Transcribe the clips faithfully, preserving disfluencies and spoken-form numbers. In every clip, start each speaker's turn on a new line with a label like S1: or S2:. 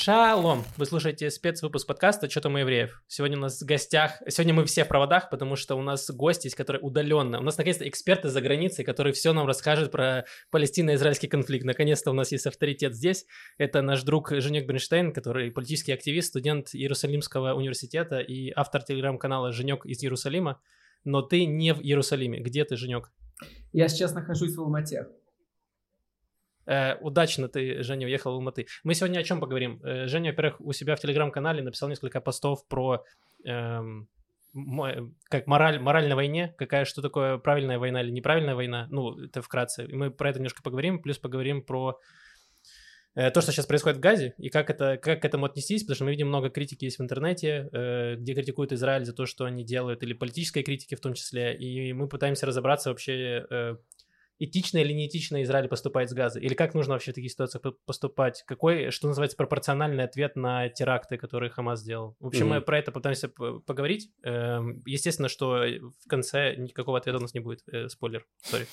S1: Шалом! Вы слушаете спецвыпуск подкаста «Чё там у евреев?». Сегодня у нас в гостях... Сегодня мы все в проводах, потому что у нас гость есть, который удаленно. У нас, наконец-то, эксперты за границей, который все нам расскажет про палестино-израильский конфликт. Наконец-то у нас есть авторитет здесь. Это наш друг Женек Бернштейн, который политический активист, студент Иерусалимского университета и автор телеграм-канала «Женек из Иерусалима». Но ты не в Иерусалиме. Где ты, Женек?
S2: Я сейчас нахожусь в Алмате.
S1: Э, удачно ты, Женя, уехал в Алматы. Мы сегодня о чем поговорим? Э, Женя, во-первых, у себя в телеграм-канале написал несколько постов про эм, мо- как мораль, мораль на войне, какая, что такое правильная война или неправильная война. Ну, это вкратце. И мы про это немножко поговорим, плюс поговорим про э, то, что сейчас происходит в Газе, и как, это, как к этому отнестись, потому что мы видим много критики есть в интернете, э, где критикуют Израиль за то, что они делают, или политической критики в том числе, и мы пытаемся разобраться вообще... Э, этично или неэтично Израиль поступает с Газой? Или как нужно вообще в таких ситуациях поступать? Какой, что называется, пропорциональный ответ на теракты, которые Хамас сделал? В общем, mm-hmm. мы про это пытаемся поговорить. Естественно, что в конце никакого ответа у нас не будет. Спойлер, сори.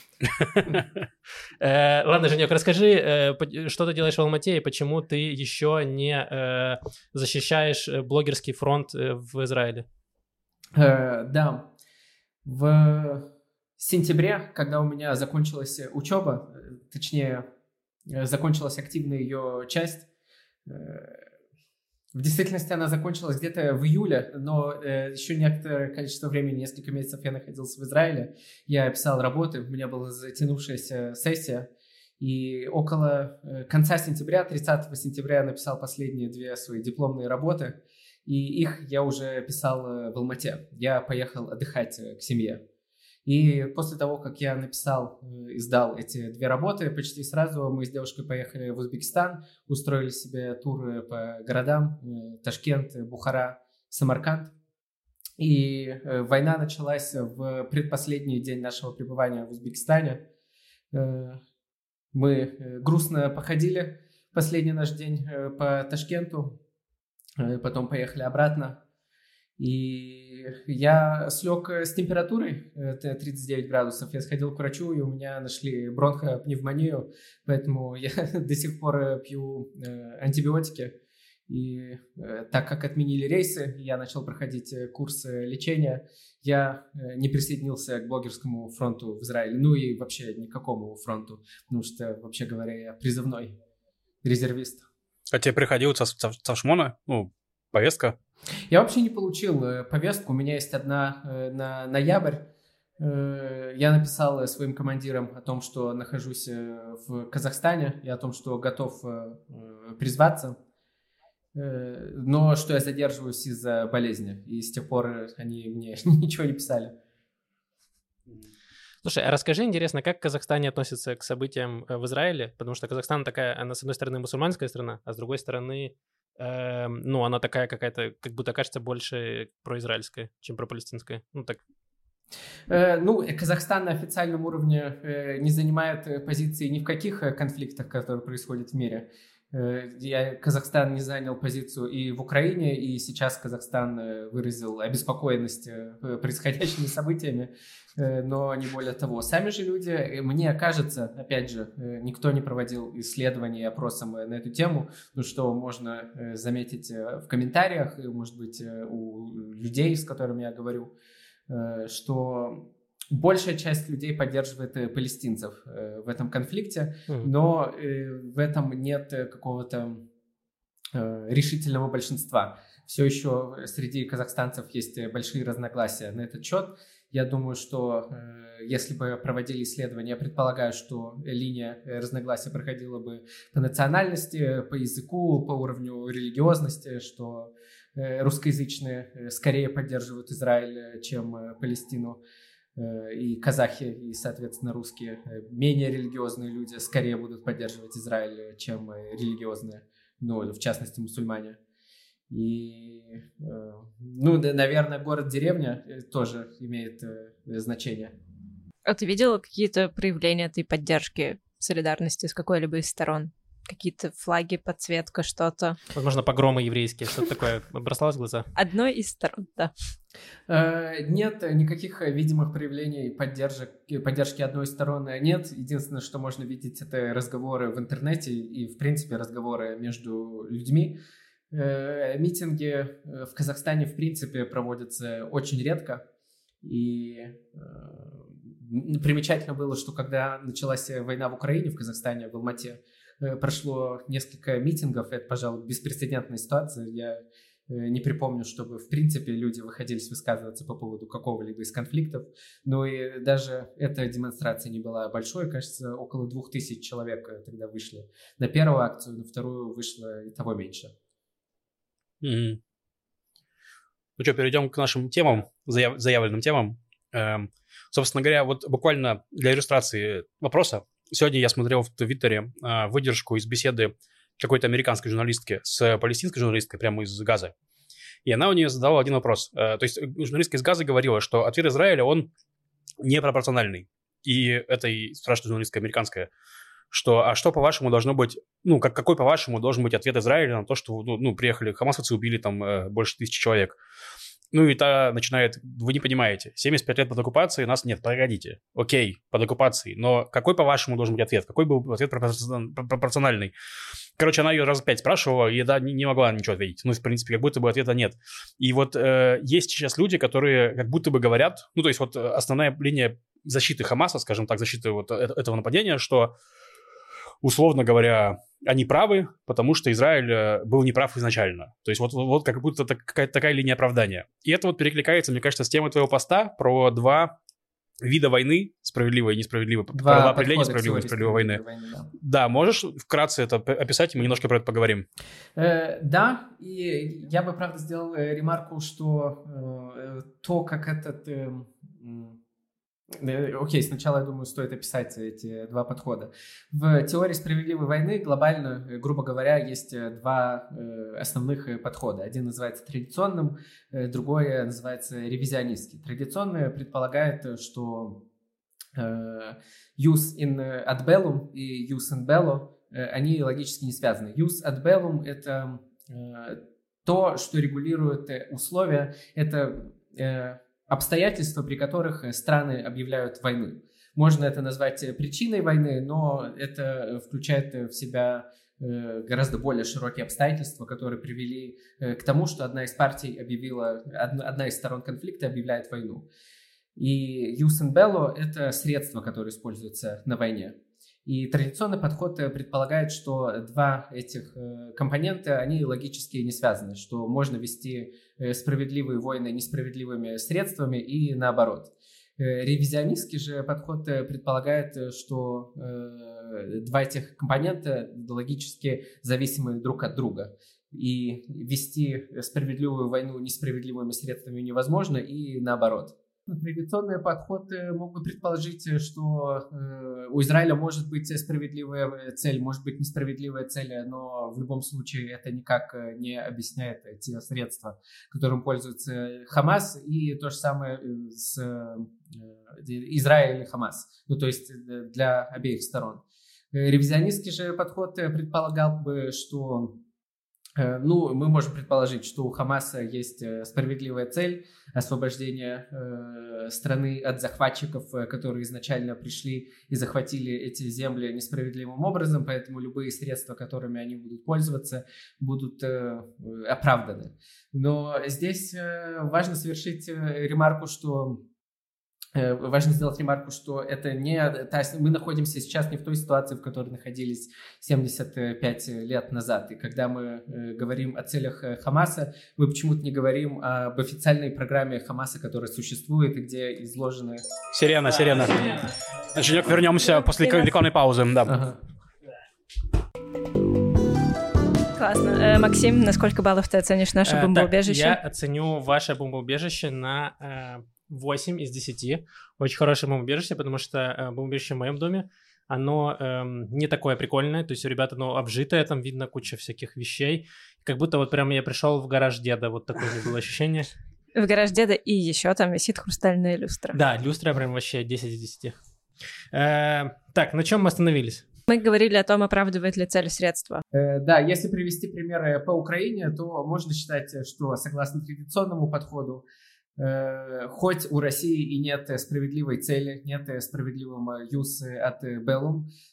S1: Ладно, Женек, расскажи, что ты делаешь в Алмате и почему ты еще не защищаешь блогерский фронт в Израиле?
S2: Да, в... В сентябре, когда у меня закончилась учеба, точнее, закончилась активная ее часть, в действительности она закончилась где-то в июле, но еще некоторое количество времени, несколько месяцев я находился в Израиле, я писал работы, у меня была затянувшаяся сессия, и около конца сентября, тридцатого сентября я написал последние две свои дипломные работы, и их я уже писал в Алмате. Я поехал отдыхать к семье. И после того, как я написал и сдал эти две работы, почти сразу мы с девушкой поехали в Узбекистан, устроили себе туры по городам: Ташкент, Бухара, Самарканд. И война началась в предпоследний день нашего пребывания в Узбекистане. Мы грустно походили последний наш день по Ташкенту, потом поехали обратно. И я слег с температурой тридцать девять градусов. Я сходил к врачу, и у меня нашли бронхопневмонию, поэтому я до сих пор пью антибиотики. И так как отменили рейсы, я начал проходить курс лечения, я не присоединился к блогерскому фронту в Израиле, ну и вообще никакому фронту, потому что, вообще говоря, я призывной резервист.
S3: А тебе приходил цавшмона? Ну, повестка?
S2: Я вообще не получил повестку, у меня есть одна на ноябрь. Я написал своим командирам о том, что нахожусь в Казахстане и о том, что готов призваться, но что я задерживаюсь из-за болезни, и с тех пор они мне ничего не писали.
S1: Слушай, а расскажи, интересно, как в Казахстане относятся к событиям в Израиле, потому что Казахстан такая, она с одной стороны мусульманская страна, а с другой стороны... ну, она такая какая-то, как будто кажется, больше произраильская, чем пропалестинская. Ну, так.
S2: Ну, Казахстан на официальном уровне не занимает позиции ни в каких конфликтах, которые происходят в мире. Я, Казахстан не занял позицию и в Украине, и сейчас Казахстан выразил обеспокоенность происходящими событиями, но не более того. Сами же люди, мне кажется, опять же, никто не проводил исследований и опросов на эту тему, ну что можно заметить в комментариях, и, может быть, у людей, с которыми я говорю, что большая часть людей поддерживает палестинцев в этом конфликте, mm-hmm. но в этом нет какого-то решительного большинства. Все еще среди казахстанцев есть большие разногласия на этот счет. Я думаю, что если бы проводили исследования, я предполагаю, что линия разногласия проходила бы по национальности, по языку, по уровню религиозности, что русскоязычные скорее поддерживают Израиль, чем Палестину. И казахи, и, соответственно, русские, менее религиозные люди скорее будут поддерживать Израиль, чем религиозные, ну, в частности, мусульмане. И, ну, наверное, город-деревня тоже имеет значение.
S4: А ты видела какие-то проявления этой поддержки, солидарности с какой-либо из сторон? Какие-то флаги, подсветка, что-то?
S1: Возможно, погромы еврейские, что-то такое бросалось в глаза?
S4: Одной из сторон, да.
S2: Нет никаких видимых проявлений поддержки, поддержки одной из сторон нет. Единственное, что можно видеть, это разговоры в интернете и, в принципе, разговоры между людьми. Митинги в Казахстане, в принципе, проводятся очень редко. И примечательно было, что когда началась война в Украине, в Казахстане, в Алмате, прошло несколько митингов. Это, пожалуй, беспрецедентная ситуация. Я не припомню, чтобы, в принципе, люди выходились высказываться по поводу какого-либо из конфликтов. Но и даже эта демонстрация не была большой. Кажется, около двух тысяч человек тогда вышли на первую акцию, на вторую вышло и того меньше.
S3: Mm-hmm. Ну что, перейдем к нашим темам, заяв- заявленным темам. Эм, собственно говоря, вот буквально для иллюстрации вопроса. Сегодня я смотрел в Твиттере э, выдержку из беседы какой-то американской журналистки с палестинской журналисткой прямо из Газы. И она у нее задала один вопрос. Э, то есть журналистка из Газы говорила, что ответ Израиля, он непропорциональный. И это и спрашивает журналистка американская, что, а что, по-вашему, должно быть, ну, как, какой, по-вашему, должен быть ответ Израиля на то, что, ну, ну приехали хамасовцы, убили там э, больше тысячи человек. Ну, и та начинает, вы не понимаете, семьдесят пять лет под оккупацией, нас нет, погодите, окей, под оккупацией, но какой, по-вашему, должен быть ответ? Какой был ответ пропорциональный? Короче, она ее раз пять спрашивала, и да, не, не могла ничего ответить. Ну, в принципе, как будто бы ответа нет. И вот э, есть сейчас люди, которые как будто бы говорят, ну, то есть вот основная линия защиты Хамаса, скажем так, защиты вот этого нападения, что, условно говоря, они правы, потому что Израиль был неправ изначально. То есть вот, вот как будто такая, такая линия оправдания. И это вот перекликается, мне кажется, с темой твоего поста про два вида войны, справедливой и несправедливой, про два определения справедливой и несправедливой войны. войны да. да, можешь вкратце это описать, и мы немножко про это поговорим?
S2: Э, да, и я бы, правда, сделал ремарку, что э, то, как этот... Э, Окей, сначала, я думаю, стоит описать эти два подхода. В теории справедливой войны глобально, грубо говоря, есть два основных подхода. Один называется традиционным, другой называется ревизионистский. Традиционный предполагает, что jus in ad bellum и jus in bello, они логически не связаны. Jus ad bellum – это то, что регулирует условия, это обстоятельства, при которых страны объявляют войну. Можно это назвать причиной войны, но это включает в себя гораздо более широкие обстоятельства, которые привели к тому, что одна из партий объявила, одна из сторон конфликта объявляет войну. И jus in bello – это средства, которые используются на войне. И традиционный подход предполагает, что два этих компонента, они логически не связаны, что можно вести справедливые войны несправедливыми средствами и наоборот. Ревизионистский же подход предполагает, что два этих компонента логически зависимы друг от друга. И вести справедливую войну несправедливыми средствами невозможно, и наоборот. Традиционный подход мог бы предположить, что у Израиля может быть справедливая цель, может быть несправедливая цель, но в любом случае это никак не объясняет те средства, которым пользуется Хамас, и то же самое с Израилем и Хамас, ну то есть для обеих сторон. Ревизионистский же подход предполагал бы, что Ну, мы можем предположить, что у Хамаса есть справедливая цель освобождения э, страны от захватчиков, которые изначально пришли и захватили эти земли несправедливым образом, поэтому любые средства, которыми они будут пользоваться, будут э, оправданы. Но здесь э, важно совершить ремарку, что Важно сделать ремарку, что это не... То есть мы находимся сейчас не в той ситуации, в которой находились семьдесят пять лет назад. И когда мы говорим о целях Хамаса, мы почему-то не говорим об официальной программе Хамаса, которая существует и где изложены...
S3: Сирена, сирена. Женек, вернемся после рекламной паузы. Да.
S2: Ага.
S4: Классно. Максим, на сколько баллов ты оценишь наше
S1: э,
S4: бомбоубежище?
S1: Так, я оценю ваше бомбоубежище на... Э... восемь из десяти. Очень хорошее бомбоубежище, потому что э, бомбоубежище в моем доме, оно эм, не такое прикольное, то есть у ребят оно обжитое, там видно куча всяких вещей. Как будто вот прям я пришел в гараж деда, вот такое у меня было ощущение.
S4: В гараж деда и еще там висит хрустальная люстра.
S1: Да, люстра прям вообще десять из десяти. Э, так, на чем мы остановились?
S4: Мы говорили о том, оправдывает ли цель средства.
S2: Э, да, если привести примеры по Украине, то можно считать, что согласно традиционному подходу, хоть у России и нет справедливой цели, нет справедливого jus ad bellum,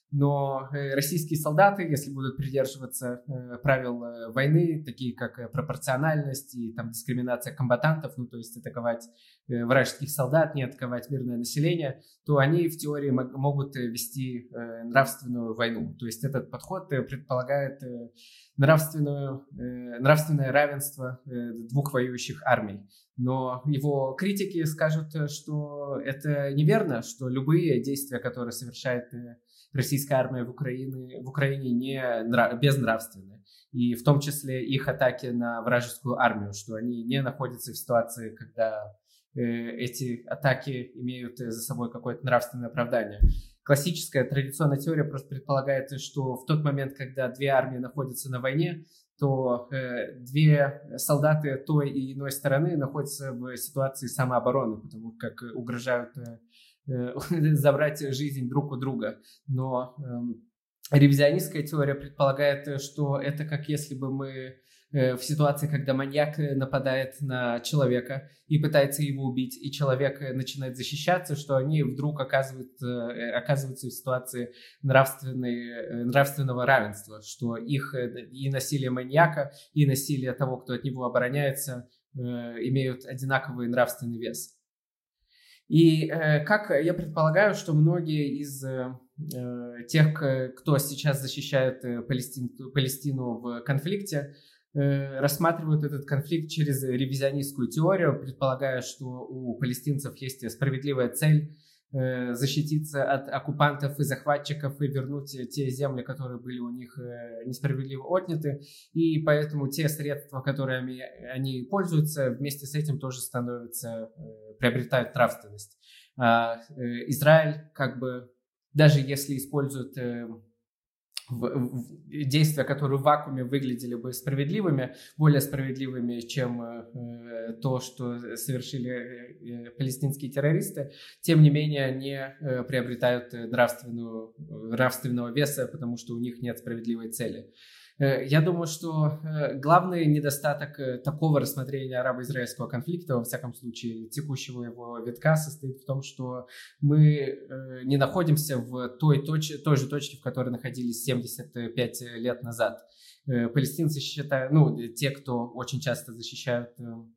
S2: Но российские солдаты, если будут придерживаться правил войны, такие как пропорциональность и там, дискриминация комбатантов, ну то есть атаковать вражеских солдат, не атаковать мирное население, то они в теории могут вести нравственную войну. То есть этот подход предполагает нравственную, нравственное равенство двух воюющих армий. Но его критики скажут, что это неверно, что любые действия, которые совершает российская армия в Украине, в Украине не нрав, безнравственны. И в том числе их атаки на вражескую армию, что они не находятся в ситуации, когда э, эти атаки имеют за собой какое-то нравственное оправдание. Классическая традиционная теория просто предполагает, что в тот момент, когда две армии находятся на войне, то э, две солдаты той и иной стороны находятся в ситуации самообороны, потому как угрожают э, забрать жизнь друг у друга. Но э, ревизионистская теория предполагает, что это как если бы мы э, в ситуации, когда маньяк нападает на человека и пытается его убить, и человек начинает защищаться, что они вдруг оказываются, оказываются в ситуации нравственной, нравственного равенства, что их и насилие маньяка, и насилие того, кто от него обороняется, э, имеют одинаковый нравственный вес. И э, как я предполагаю, что многие из э, тех, кто сейчас защищает э, Палестин, Палестину в конфликте, э, рассматривают этот конфликт через ревизионистскую теорию, предполагая, что у палестинцев есть справедливая цель э, защититься от оккупантов и захватчиков и вернуть те земли, которые были у них э, несправедливо отняты. И поэтому те средства, которыми они пользуются, вместе с этим тоже становятся... Э, приобретают нравственность. А, э, Израиль, как бы, даже если использует э, в, в, действия, которые в вакууме выглядели бы справедливыми, более справедливыми, чем э, то, что совершили э, палестинские террористы, тем не менее не э, приобретают нравственную, нравственного веса, потому что у них нет справедливой цели. Я думаю, что главный недостаток такого рассмотрения арабо-израильского конфликта, во всяком случае текущего его витка, состоит в том, что мы не находимся в той, точке, той же точке, в которой находились семьдесят пять лет назад. Палестинцы считают, ну, те, кто очень часто защищают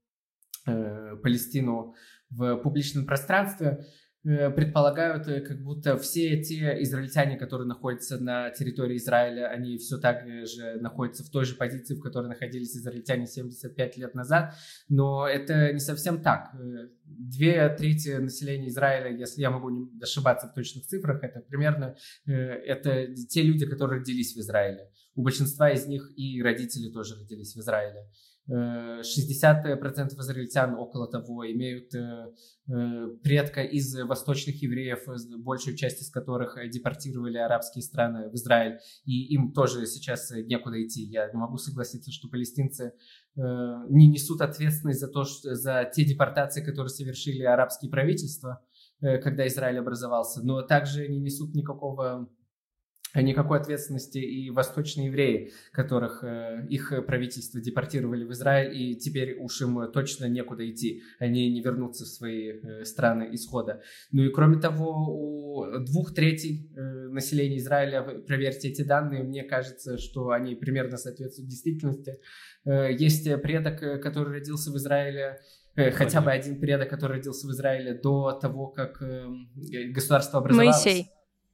S2: Палестину в публичном пространстве, предполагают, как будто все те израильтяне, которые находятся на территории Израиля, они все так же находятся в той же позиции, в которой находились израильтяне семьдесят пять лет назад, но это не совсем так. Две трети населения Израиля, если я могу не ошибаться в точных цифрах, это примерно это те люди, которые родились в Израиле. У большинства из них и родители тоже родились в Израиле. шестьдесят процентов израильтян, около того, имеют предка из восточных евреев, большую часть из которых депортировали арабские страны в Израиль, и им тоже сейчас некуда идти. Я не могу согласиться, что палестинцы не несут ответственность за то, что, за те депортации, которые совершили арабские правительства, когда Израиль образовался, но также не несут никакого никакой ответственности и восточные евреи, которых э, их правительство депортировали в Израиль, и теперь уж им точно некуда идти, они не вернутся в свои э, страны исхода. Ну и кроме того, у двух третей э, населения Израиля, проверьте эти данные, мне кажется, что они примерно соответствуют действительности. Э, есть предок, который родился в Израиле, э, хотя бы один предок, который родился в Израиле до того, как э, государство образовалось.
S4: Моисей.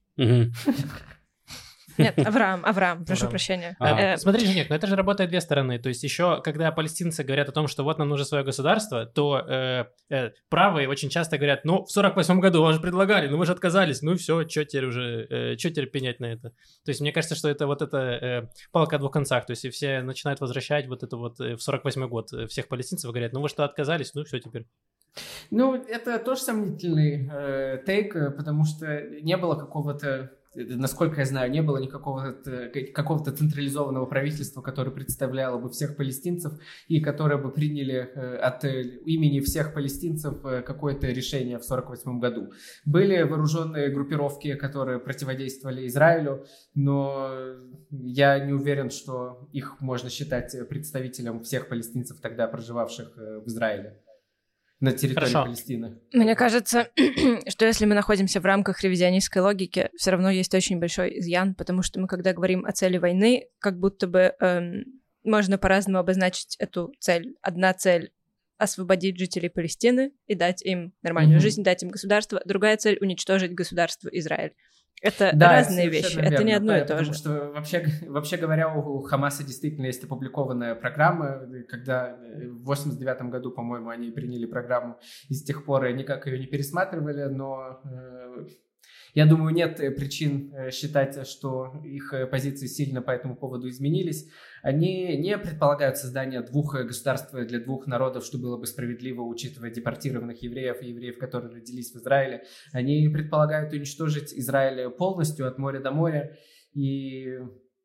S4: Нет, Авраам, Авраам, прошу Авраам. прощения.
S1: А, э, смотри, Женек, но это же работает две стороны. То есть еще, когда палестинцы говорят о том, что вот нам нужно свое государство, то э, э, правые очень часто говорят, ну, в сорок восьмом году вам же предлагали, ну, вы же отказались, ну, все, что теперь уже, э, что теперь пенять на это? То есть мне кажется, что это вот это э, палка о двух концах. То есть и все начинают возвращать вот это вот э, в сорок восьмой год всех палестинцев, говорят, ну, вы что, отказались, ну, все теперь.
S2: Ну, это тоже сомнительный э, тейк, потому что не было какого-то, насколько я знаю, не было никакого какого-то централизованного правительства, которое представляло бы всех палестинцев и которое бы приняли от имени всех палестинцев какое-то решение в сорок восьмом году. Были вооруженные группировки, которые противодействовали Израилю, но я не уверен, что их можно считать представителем всех палестинцев, тогда проживавших в Израиле. на территории
S1: Хорошо.
S2: Палестины.
S4: Мне кажется, что если мы находимся в рамках ревизионистской логики, все равно есть очень большой изъян, потому что мы, когда говорим о цели войны, как будто бы эм, можно по-разному обозначить эту цель. Одна цель — освободить жителей Палестины и дать им нормальную mm-hmm. жизнь, дать им государство. Другая цель — уничтожить государство Израиль. Это
S2: да,
S4: разные вещи,
S2: верно,
S4: это не одно и то
S2: потому
S4: же.
S2: Что вообще, вообще говоря, у Хамаса действительно есть опубликованная программа, когда в восемьдесят девятом году, по-моему, они приняли программу, и с тех пор никак ее не пересматривали, но э, я думаю, нет причин считать, что их позиции сильно по этому поводу изменились. Они не предполагают создание двух государств для двух народов, что было бы справедливо, учитывая депортированных евреев и евреев, которые родились в Израиле. Они предполагают уничтожить Израиль полностью от моря до моря и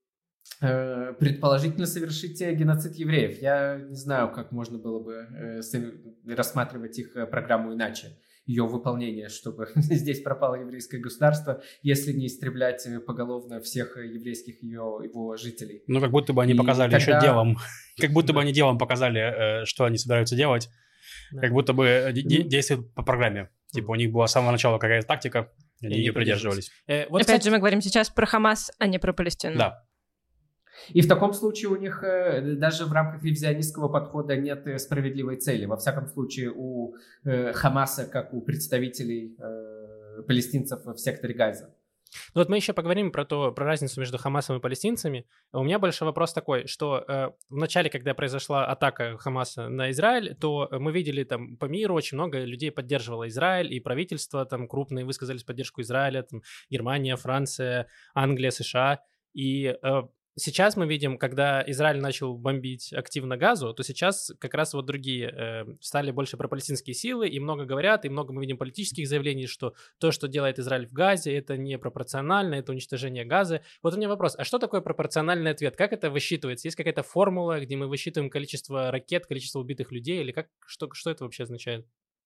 S2: э, предположительно совершить геноцид евреев. Я не знаю, как можно было бы э, рассматривать их программу иначе. Ее выполнение, чтобы здесь пропало еврейское государство, если не истреблять поголовно всех еврейских ее, его жителей.
S3: Ну, как будто бы они
S2: и
S3: показали
S2: тогда...
S3: еще делом, как будто бы они делом показали, что они собираются делать, да. Как будто бы де- действуют по программе. Типа у них была с самого начала какая-то тактика, и они ее придерживались.
S4: Э, вот, Опять кстати... же, мы говорим сейчас про Хамас, а не про Палестину.
S3: Да.
S2: И в таком случае у них даже в рамках ревизионистского подхода нет справедливой цели. Во всяком случае, у Хамаса, как у представителей палестинцев в секторе Газа.
S1: Ну вот мы еще поговорим про, то, про разницу между Хамасом и палестинцами. У меня больше вопрос такой, что э, в начале, когда произошла атака Хамаса на Израиль, то мы видели там по миру очень много людей поддерживало Израиль, и правительства там крупные высказались в поддержку Израиля, там Германия, Франция, Англия, США. И э, сейчас мы видим, когда Израиль начал бомбить активно Газу, то сейчас как раз вот другие э, стали больше пропалестинские силы, и много говорят, и много мы видим политических заявлений, что то, что делает Израиль в Газе, это не пропорционально, это уничтожение Газы. Вот у меня вопрос, а что такое пропорциональный ответ? Как это высчитывается? Есть какая-то формула, где мы высчитываем количество ракет, количество убитых людей, или как, что, что это вообще означает?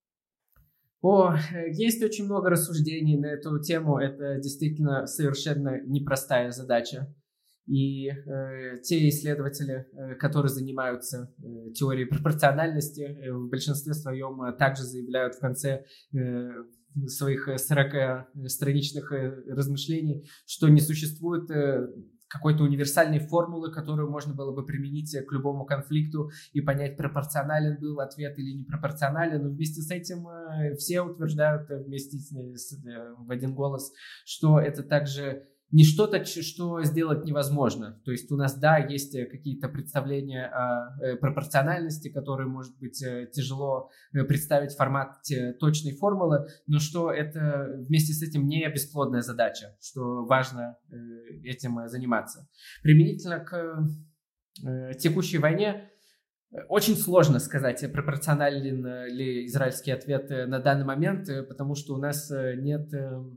S2: О, есть очень много рассуждений на эту тему, это действительно совершенно непростая задача. И э, те исследователи, э, которые занимаются э, теорией пропорциональности, э, в большинстве своем э, также заявляют в конце э, своих сорокастраничных э, размышлений, что не существует э, какой-то универсальной формулы, которую можно было бы применить к любому конфликту и понять, пропорционален был ответ или непропорционален. Но вместе с этим э, все утверждают э, вместе с, э, в один голос, что это также не что-то, что сделать невозможно. То есть у нас, да, есть какие-то представления о пропорциональности, которые, может быть, тяжело представить в формате точной формулы, но что это вместе с этим не бесплодная задача, что важно этим заниматься. Применительно к текущей войне очень сложно сказать, пропорционален ли израильский ответ на данный момент, потому что у нас нет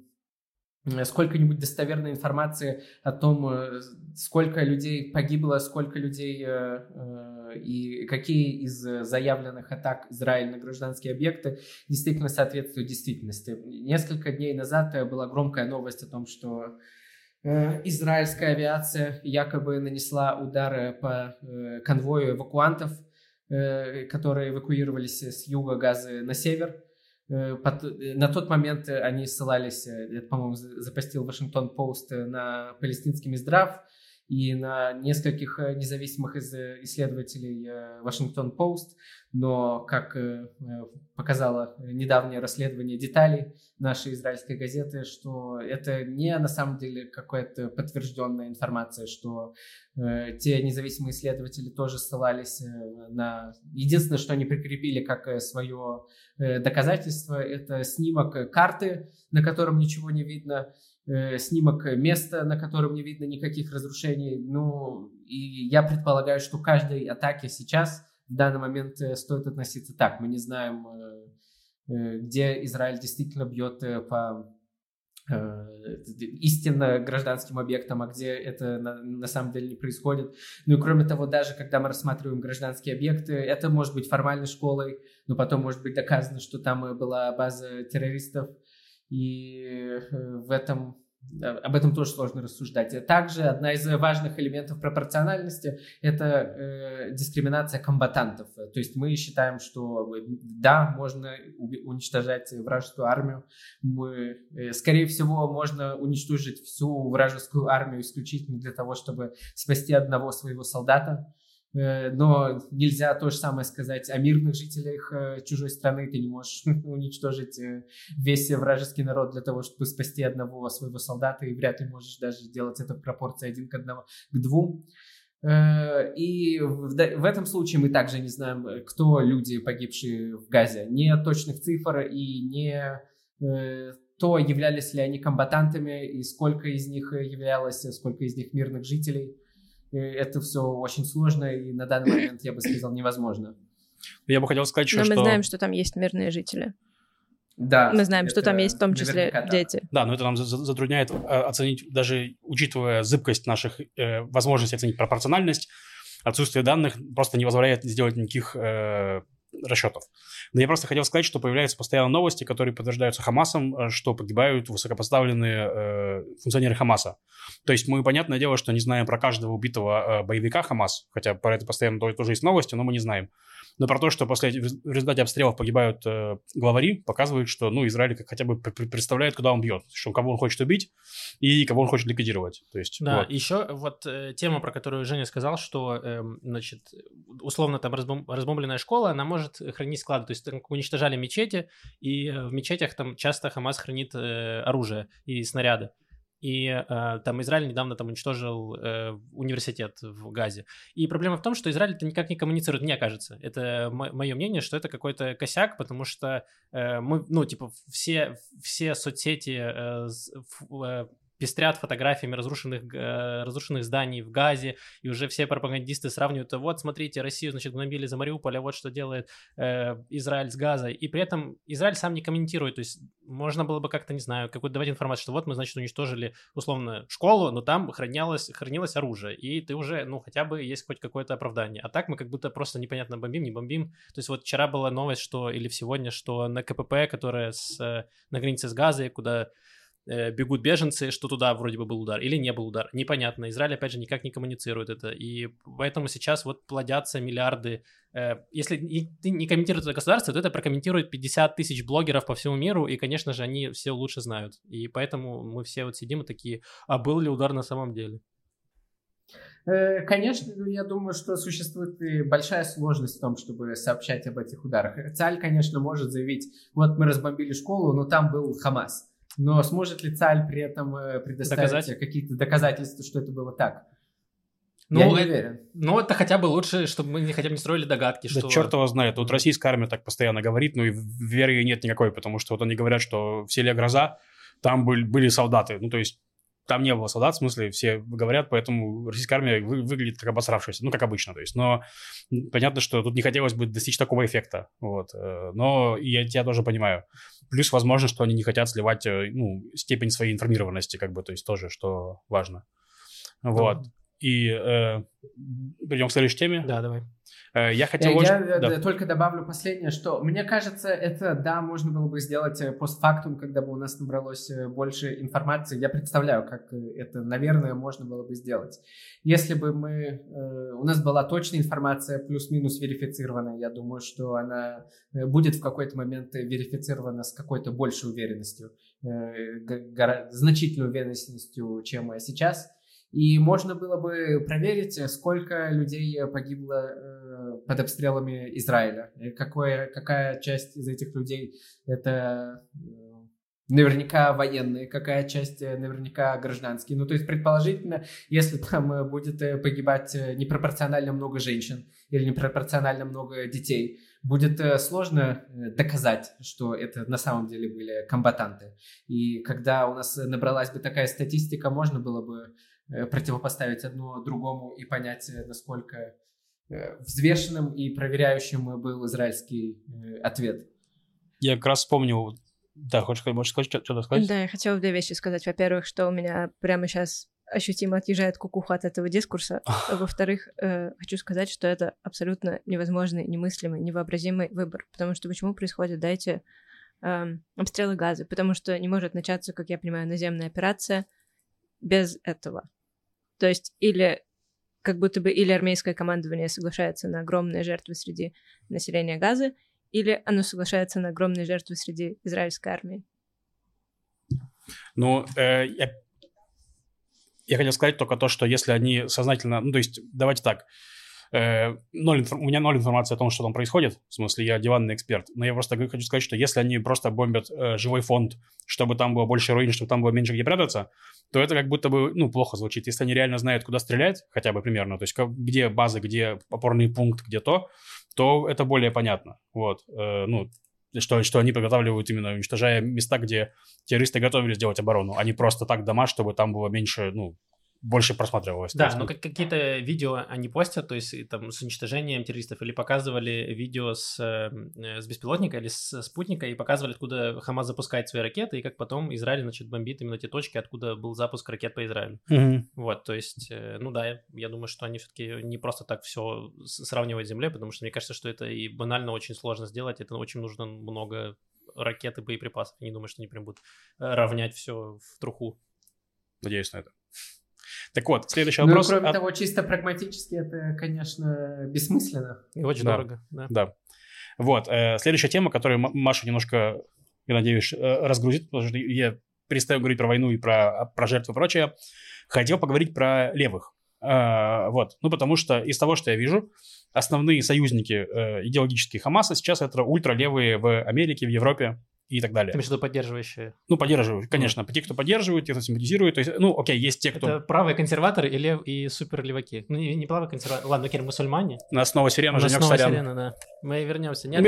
S2: сколько-нибудь достоверной информации о том, сколько людей погибло, сколько людей э, э, и какие из заявленных атак Израиля на гражданские объекты действительно соответствуют действительности. Несколько дней назад была громкая новость о том, что э, израильская авиация якобы нанесла удары по э, конвою эвакуантов, э, которые эвакуировались с юга Газы на север. На тот момент они ссылались, это, по-моему, запостил Вашингтон-Пост, на палестинский Минздрав и на нескольких независимых исследователей Вашингтон-Пост, но, как показало недавнее расследование деталей нашей израильской газеты, что это не на самом деле какая-то подтвержденная информация, что э, те независимые исследователи тоже ссылались на... Единственное, что они прикрепили как свое э, доказательство, это снимок карты, на котором ничего не видно, э, снимок места, на котором не видно никаких разрушений. Ну, и я предполагаю, что каждой атаке сейчас в данный момент стоит относиться так. Мы не знаем, где Израиль действительно бьет по истинно гражданским объектам, а где это на, на самом деле не происходит. Ну и кроме того, даже когда мы рассматриваем гражданские объекты, это может быть формальной школой, но потом может быть доказано, что там была база террористов. И в этом об этом тоже сложно рассуждать. Также одна из важных элементов пропорциональности – это э, дискриминация комбатантов. То есть мы считаем, что да, можно уничтожать вражескую армию. Мы, э, скорее всего, можно уничтожить всю вражескую армию исключительно для того, чтобы спасти одного своего солдата. Но нельзя то же самое сказать о мирных жителях чужой страны. Ты не можешь уничтожить весь вражеский народ для того, чтобы спасти одного своего солдата, и вряд ли можешь даже делать это в пропорции один к одному, к двум. И в этом случае мы также не знаем, кто люди, погибшие в Газе. Не точных цифр и не то, являлись ли они комбатантами, и сколько из них являлось, сколько из них мирных жителей. Это все очень сложно, и на данный момент, я бы сказал, невозможно.
S3: Я бы хотел сказать еще,
S4: Но
S3: что...
S4: мы знаем, что там есть мирные жители.
S2: Да.
S4: Мы знаем, что там есть в том числе дети.
S3: Да, но это нам затрудняет оценить, даже учитывая зыбкость наших э, возможностей оценить пропорциональность, отсутствие данных просто не позволяет сделать никаких э, расчетов. Но я просто хотел сказать, что появляются постоянно новости, которые подтверждаются Хамасом, что погибают высокопоставленные э, функционеры Хамаса. То есть мы, понятное дело, что не знаем про каждого убитого э, боевика Хамас, хотя про это постоянно тоже есть новости, но мы не знаем. Но про то, что после, в результате обстрелов погибают э, главари, показывает, что ну, Израиль как хотя бы представляет, куда он бьет, что кого он хочет убить и кого он хочет ликвидировать. То есть,
S1: да,
S3: вот.
S1: Еще вот э, тема, про которую Женя сказал, что, э, значит, условно там разбом... разбомбленная школа, она может хранить склады. То есть там уничтожали мечети, и в мечетях там часто Хамас хранит э, оружие и снаряды. И э, там Израиль недавно там уничтожил э, университет в Газе. И проблема в том, что Израиль это никак не коммуницирует, мне кажется. Это м- мое мнение, что это какой-то косяк, потому что э, мы, ну, типа, все, все соцсети э, э, пестрят фотографиями разрушенных, э, разрушенных зданий в Газе, и уже все пропагандисты сравнивают, вот, смотрите, Россию, значит, гнобили за Мариуполь, а вот что делает э, Израиль с Газой. И при этом Израиль сам не комментирует, то есть можно было бы как-то, не знаю, какую-то давать информацию, что вот мы, значит, уничтожили, условно, школу, но там хранилось, хранилось оружие, и ты уже, ну, хотя бы есть хоть какое-то оправдание. А так мы как будто просто непонятно бомбим, не бомбим. То есть вот вчера была новость, что, или сегодня, что на КПП, которая с, на границе с Газой, куда бегут беженцы, что туда вроде бы был удар или не был удар. Непонятно. Израиль, опять же, никак не коммуницирует это. И поэтому сейчас вот плодятся миллиарды. Если ты не комментируешь это государство, то это прокомментирует пятьдесят тысяч блогеров по всему миру, и, конечно же, они все лучше знают. И поэтому мы все вот сидим и такие, а был ли удар на самом деле?
S2: Конечно, я думаю, что существует и большая сложность в том, чтобы сообщать об этих ударах. Цаль, конечно, может заявить, вот мы разбомбили школу, но там был Хамас. Но сможет ли Цаль при этом предоставить Доказать? какие-то доказательства, что это было так?
S1: Ну,
S2: Я не
S1: это,
S2: уверен.
S1: Ну, это хотя бы лучше, чтобы мы не, хотя бы не строили догадки.
S3: Да
S1: что...
S3: черт его знает. Вот российская армия так постоянно говорит, ну и веры ей нет никакой, потому что вот они говорят, что в селе Гроза там были, были солдаты. Ну, то есть там не было солдат, в смысле, все говорят, поэтому российская армия вы, выглядит как обосравшаяся, ну, как обычно, то есть, но понятно, что тут не хотелось бы достичь такого эффекта, вот, но я тебя тоже понимаю. Плюс, возможно, что они не хотят сливать, ну, степень своей информированности, как бы, то есть тоже, что важно, вот. Mm-hmm. И э, перейдем к следующей теме.
S1: Да, давай.
S3: Я хотел
S2: я,
S3: очень...
S2: я
S3: да.
S2: только добавлю последнее, что мне кажется, это, да, можно было бы сделать постфактум, когда бы у нас набралось больше информации. Я представляю, как это, наверное, можно было бы сделать. Если бы мы... Э, у нас была точная информация, плюс-минус верифицированная, я думаю, что она будет в какой-то момент верифицирована с какой-то большей уверенностью, э, гора- значительной уверенностью, чем сейчас. И можно было бы проверить, сколько людей погибло э, под обстрелами Израиля. Какое, какая часть из этих людей это э, наверняка военные, какая часть наверняка гражданские. Ну, то есть, предположительно, если там будет погибать непропорционально много женщин или непропорционально много детей, будет сложно доказать, что это на самом деле были комбатанты. И когда у нас набралась бы такая статистика, можно было бы противопоставить одно другому и понять, насколько взвешенным и проверяющим был израильский ответ.
S3: Я как раз вспомнил... Да, хочешь, можешь что-то сказать?
S4: Да, я хотела две вещи сказать. Во-первых, что у меня прямо сейчас ощутимо отъезжает кукуха от этого дискурса. Во-вторых, э, хочу сказать, что это абсолютно невозможный, немыслимый, невообразимый выбор. Потому что почему происходит, дайте эм, обстрелы Газы, потому что не может начаться, как я понимаю, наземная операция без этого. То есть или как будто бы или армейское командование соглашается на огромные жертвы среди населения Газы, или оно соглашается на огромные жертвы среди израильской армии.
S3: Ну, э, я, я хотел сказать только то, что если они сознательно... Ну, то есть, давайте так. Э, ноль, у меня ноль информации о том, что там происходит. В смысле, я диванный эксперт. Но я просто хочу сказать, что если они просто бомбят э, живой фонд, чтобы там было больше руин, чтобы там было меньше где прятаться, то это как будто бы, ну, плохо звучит. Если они реально знают, куда стрелять, хотя бы примерно, то есть как, где базы, где опорный пункт, где то, то это более понятно. Вот. Э, ну, что, что они подготавливают именно, уничтожая места, где террористы готовились делать оборону, а не просто так дома, чтобы там было меньше, ну, больше просматривалось.
S1: Да, но как, какие-то видео они постят, то есть там с уничтожением террористов, или показывали видео с, с беспилотника или с спутника, и показывали, откуда Хамас запускает свои ракеты, и как потом Израиль, значит, бомбит именно те точки, откуда был запуск ракет по Израилю.
S3: Mm-hmm.
S1: Вот, то есть, ну да, я, я думаю, что они все-таки не просто так все сравнивают с Землей, потому что мне кажется, что это и банально очень сложно сделать, это очень нужно много ракет и боеприпасов. Я не думаю, что они прям будут равнять все в труху.
S3: Надеюсь на это. Так вот, следующий
S2: ну,
S3: вопрос.
S2: Кроме
S3: от...
S2: того, чисто прагматически это, конечно, бессмысленно.
S1: И очень
S3: да.
S1: дорого. Да.
S3: да. Вот. Э, следующая тема, которую Маша немножко, я надеюсь, разгрузит, потому что я перестаю говорить про войну и про, про жертвы и прочее. Хотел поговорить про левых. Э, вот. Ну, потому что из того, что я вижу, основные союзники э, идеологические Хамаса сейчас это ультралевые в Америке, в Европе и так далее.
S1: Ты имеешь в виду поддерживающие?
S3: Ну, поддерживают, конечно. Mm. Те, кто поддерживают, те, кто симпатизирует. То есть, ну, окей, есть те, кто...
S1: Это правые консерваторы и, лев... и суперлеваки. Ну, не, не правые консерваторы. Ладно, окей, мусульмане.
S3: На основе сирена,
S1: Женек
S3: Сорян.
S1: Сирена, да. Мы вернемся. Нет?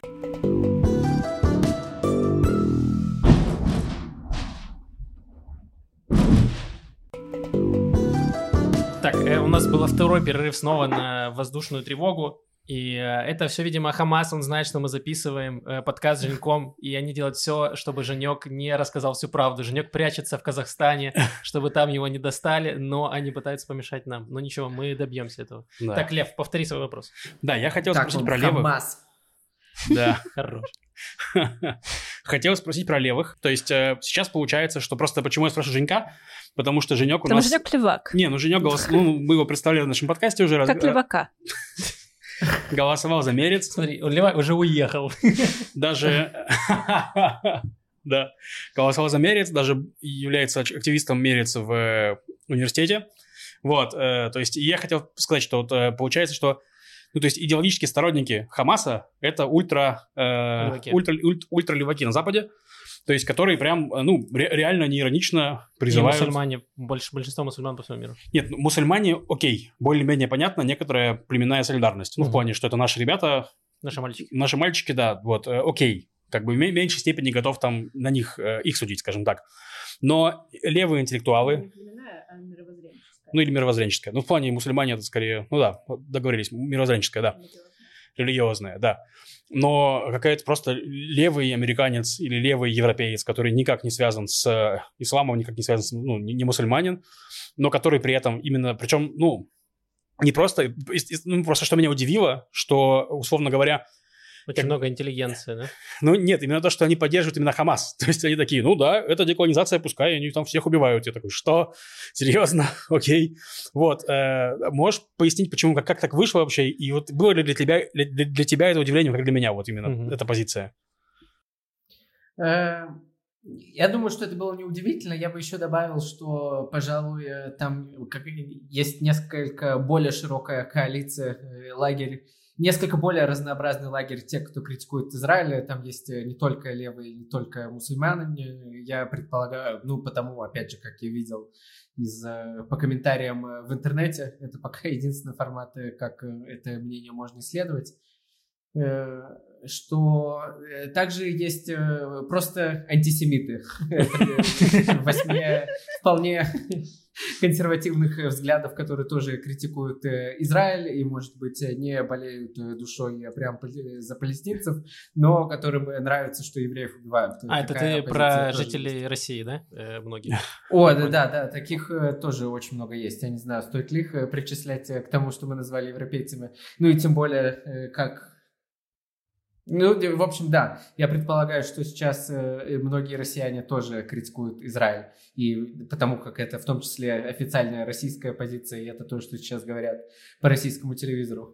S1: Так, э, у нас был второй перерыв снова на воздушную тревогу. И э, это все, видимо, Хамас, он знает, что мы записываем э, подкаст с Женьком, и они делают все, чтобы Женек не рассказал всю правду. Женек прячется в Казахстане, чтобы там его не достали, но они пытаются помешать нам. Но ничего, мы добьемся этого. Да. Так, Лев, повтори свой вопрос.
S3: Да, я хотел
S2: так,
S3: спросить про левых.
S2: Хамас.
S3: Да.
S1: Хорош.
S3: Хотел спросить про левых. То есть э, сейчас получается, что просто почему я спрашиваю Женька? Потому что Женек у
S4: Потому
S3: нас...
S4: Потому что Женек левак.
S3: Не, ну Женек голос... Ну, мы его представляли в нашем подкасте уже.
S4: Как левака.
S3: Голосовал за Мерец.
S1: Смотри, он левак уже уехал.
S3: Даже... Да. Голосовал за Мерец, даже является активистом Мерец в университете. Вот. То есть я хотел сказать, что вот получается, что ну, то есть идеологические сторонники Хамаса — это ультра, э, ультра, ультра, ультралеваки на Западе, то есть которые прям, ну, ре- реально неиронично призывают...
S1: И мусульмане, больше, большинство мусульман по всему миру.
S3: Нет, ну, мусульмане, окей, более-менее понятно, некоторая племенная солидарность. Ну, угу. В плане, что это наши ребята...
S1: Наши мальчики.
S3: Наши мальчики, да, вот, э, окей. Как бы в меньшей степени готов там на них, э, их судить, скажем так. Но левые интеллектуалы... Ну, или мировоззренческая. Ну, в плане мусульмане это скорее... Ну да, договорились. Мировоззренческая, да. Религиозная, да. Но какая-то просто левый американец или левый европеец, который никак не связан с исламом, никак не связан с... Ну, не, не мусульманин, но который при этом именно... Причем, ну, не просто... Ну, просто что меня удивило, что, условно говоря...
S1: Очень
S3: как...
S1: много интеллигенции, да?
S3: Ну, нет, именно то, что они поддерживают именно Хамас. То есть они такие, ну да, это деколонизация, пускай они там всех убивают. Я такой, что? Серьезно? Окей. Вот. Э, можешь пояснить, почему, как, как так вышло вообще? И вот было ли для тебя, для, для тебя это удивлением, как для меня, вот именно mm-hmm. эта позиция?
S2: Я думаю, что это было неудивительно. Я бы еще добавил, что, пожалуй, там как, есть несколько более широкая коалиция, лагерь, несколько более разнообразный лагерь тех, кто критикует Израиль. Там есть не только левые, не только мусульмане. Я предполагаю, ну, потому, опять же, как я видел из, по комментариям в интернете, это пока единственный формат, как это мнение можно исследовать, что также есть просто антисемиты. Восьми вполне консервативных взглядов, которые тоже критикуют Израиль и, может быть, не болеют душой прям за палестинцев, но которым нравится, что евреев убивают.
S1: А, это ты про жителей есть. России, да? Э, многие.
S2: О, да, да, да, таких тоже очень много есть. Я не знаю, стоит ли их причислять к тому, что мы назвали европейцами. Ну и тем более, как Ну, в общем, да. Я предполагаю, что сейчас э, многие россияне тоже критикуют Израиль. И потому как это в том числе официальная российская позиция, и это то, что сейчас говорят по российскому телевизору.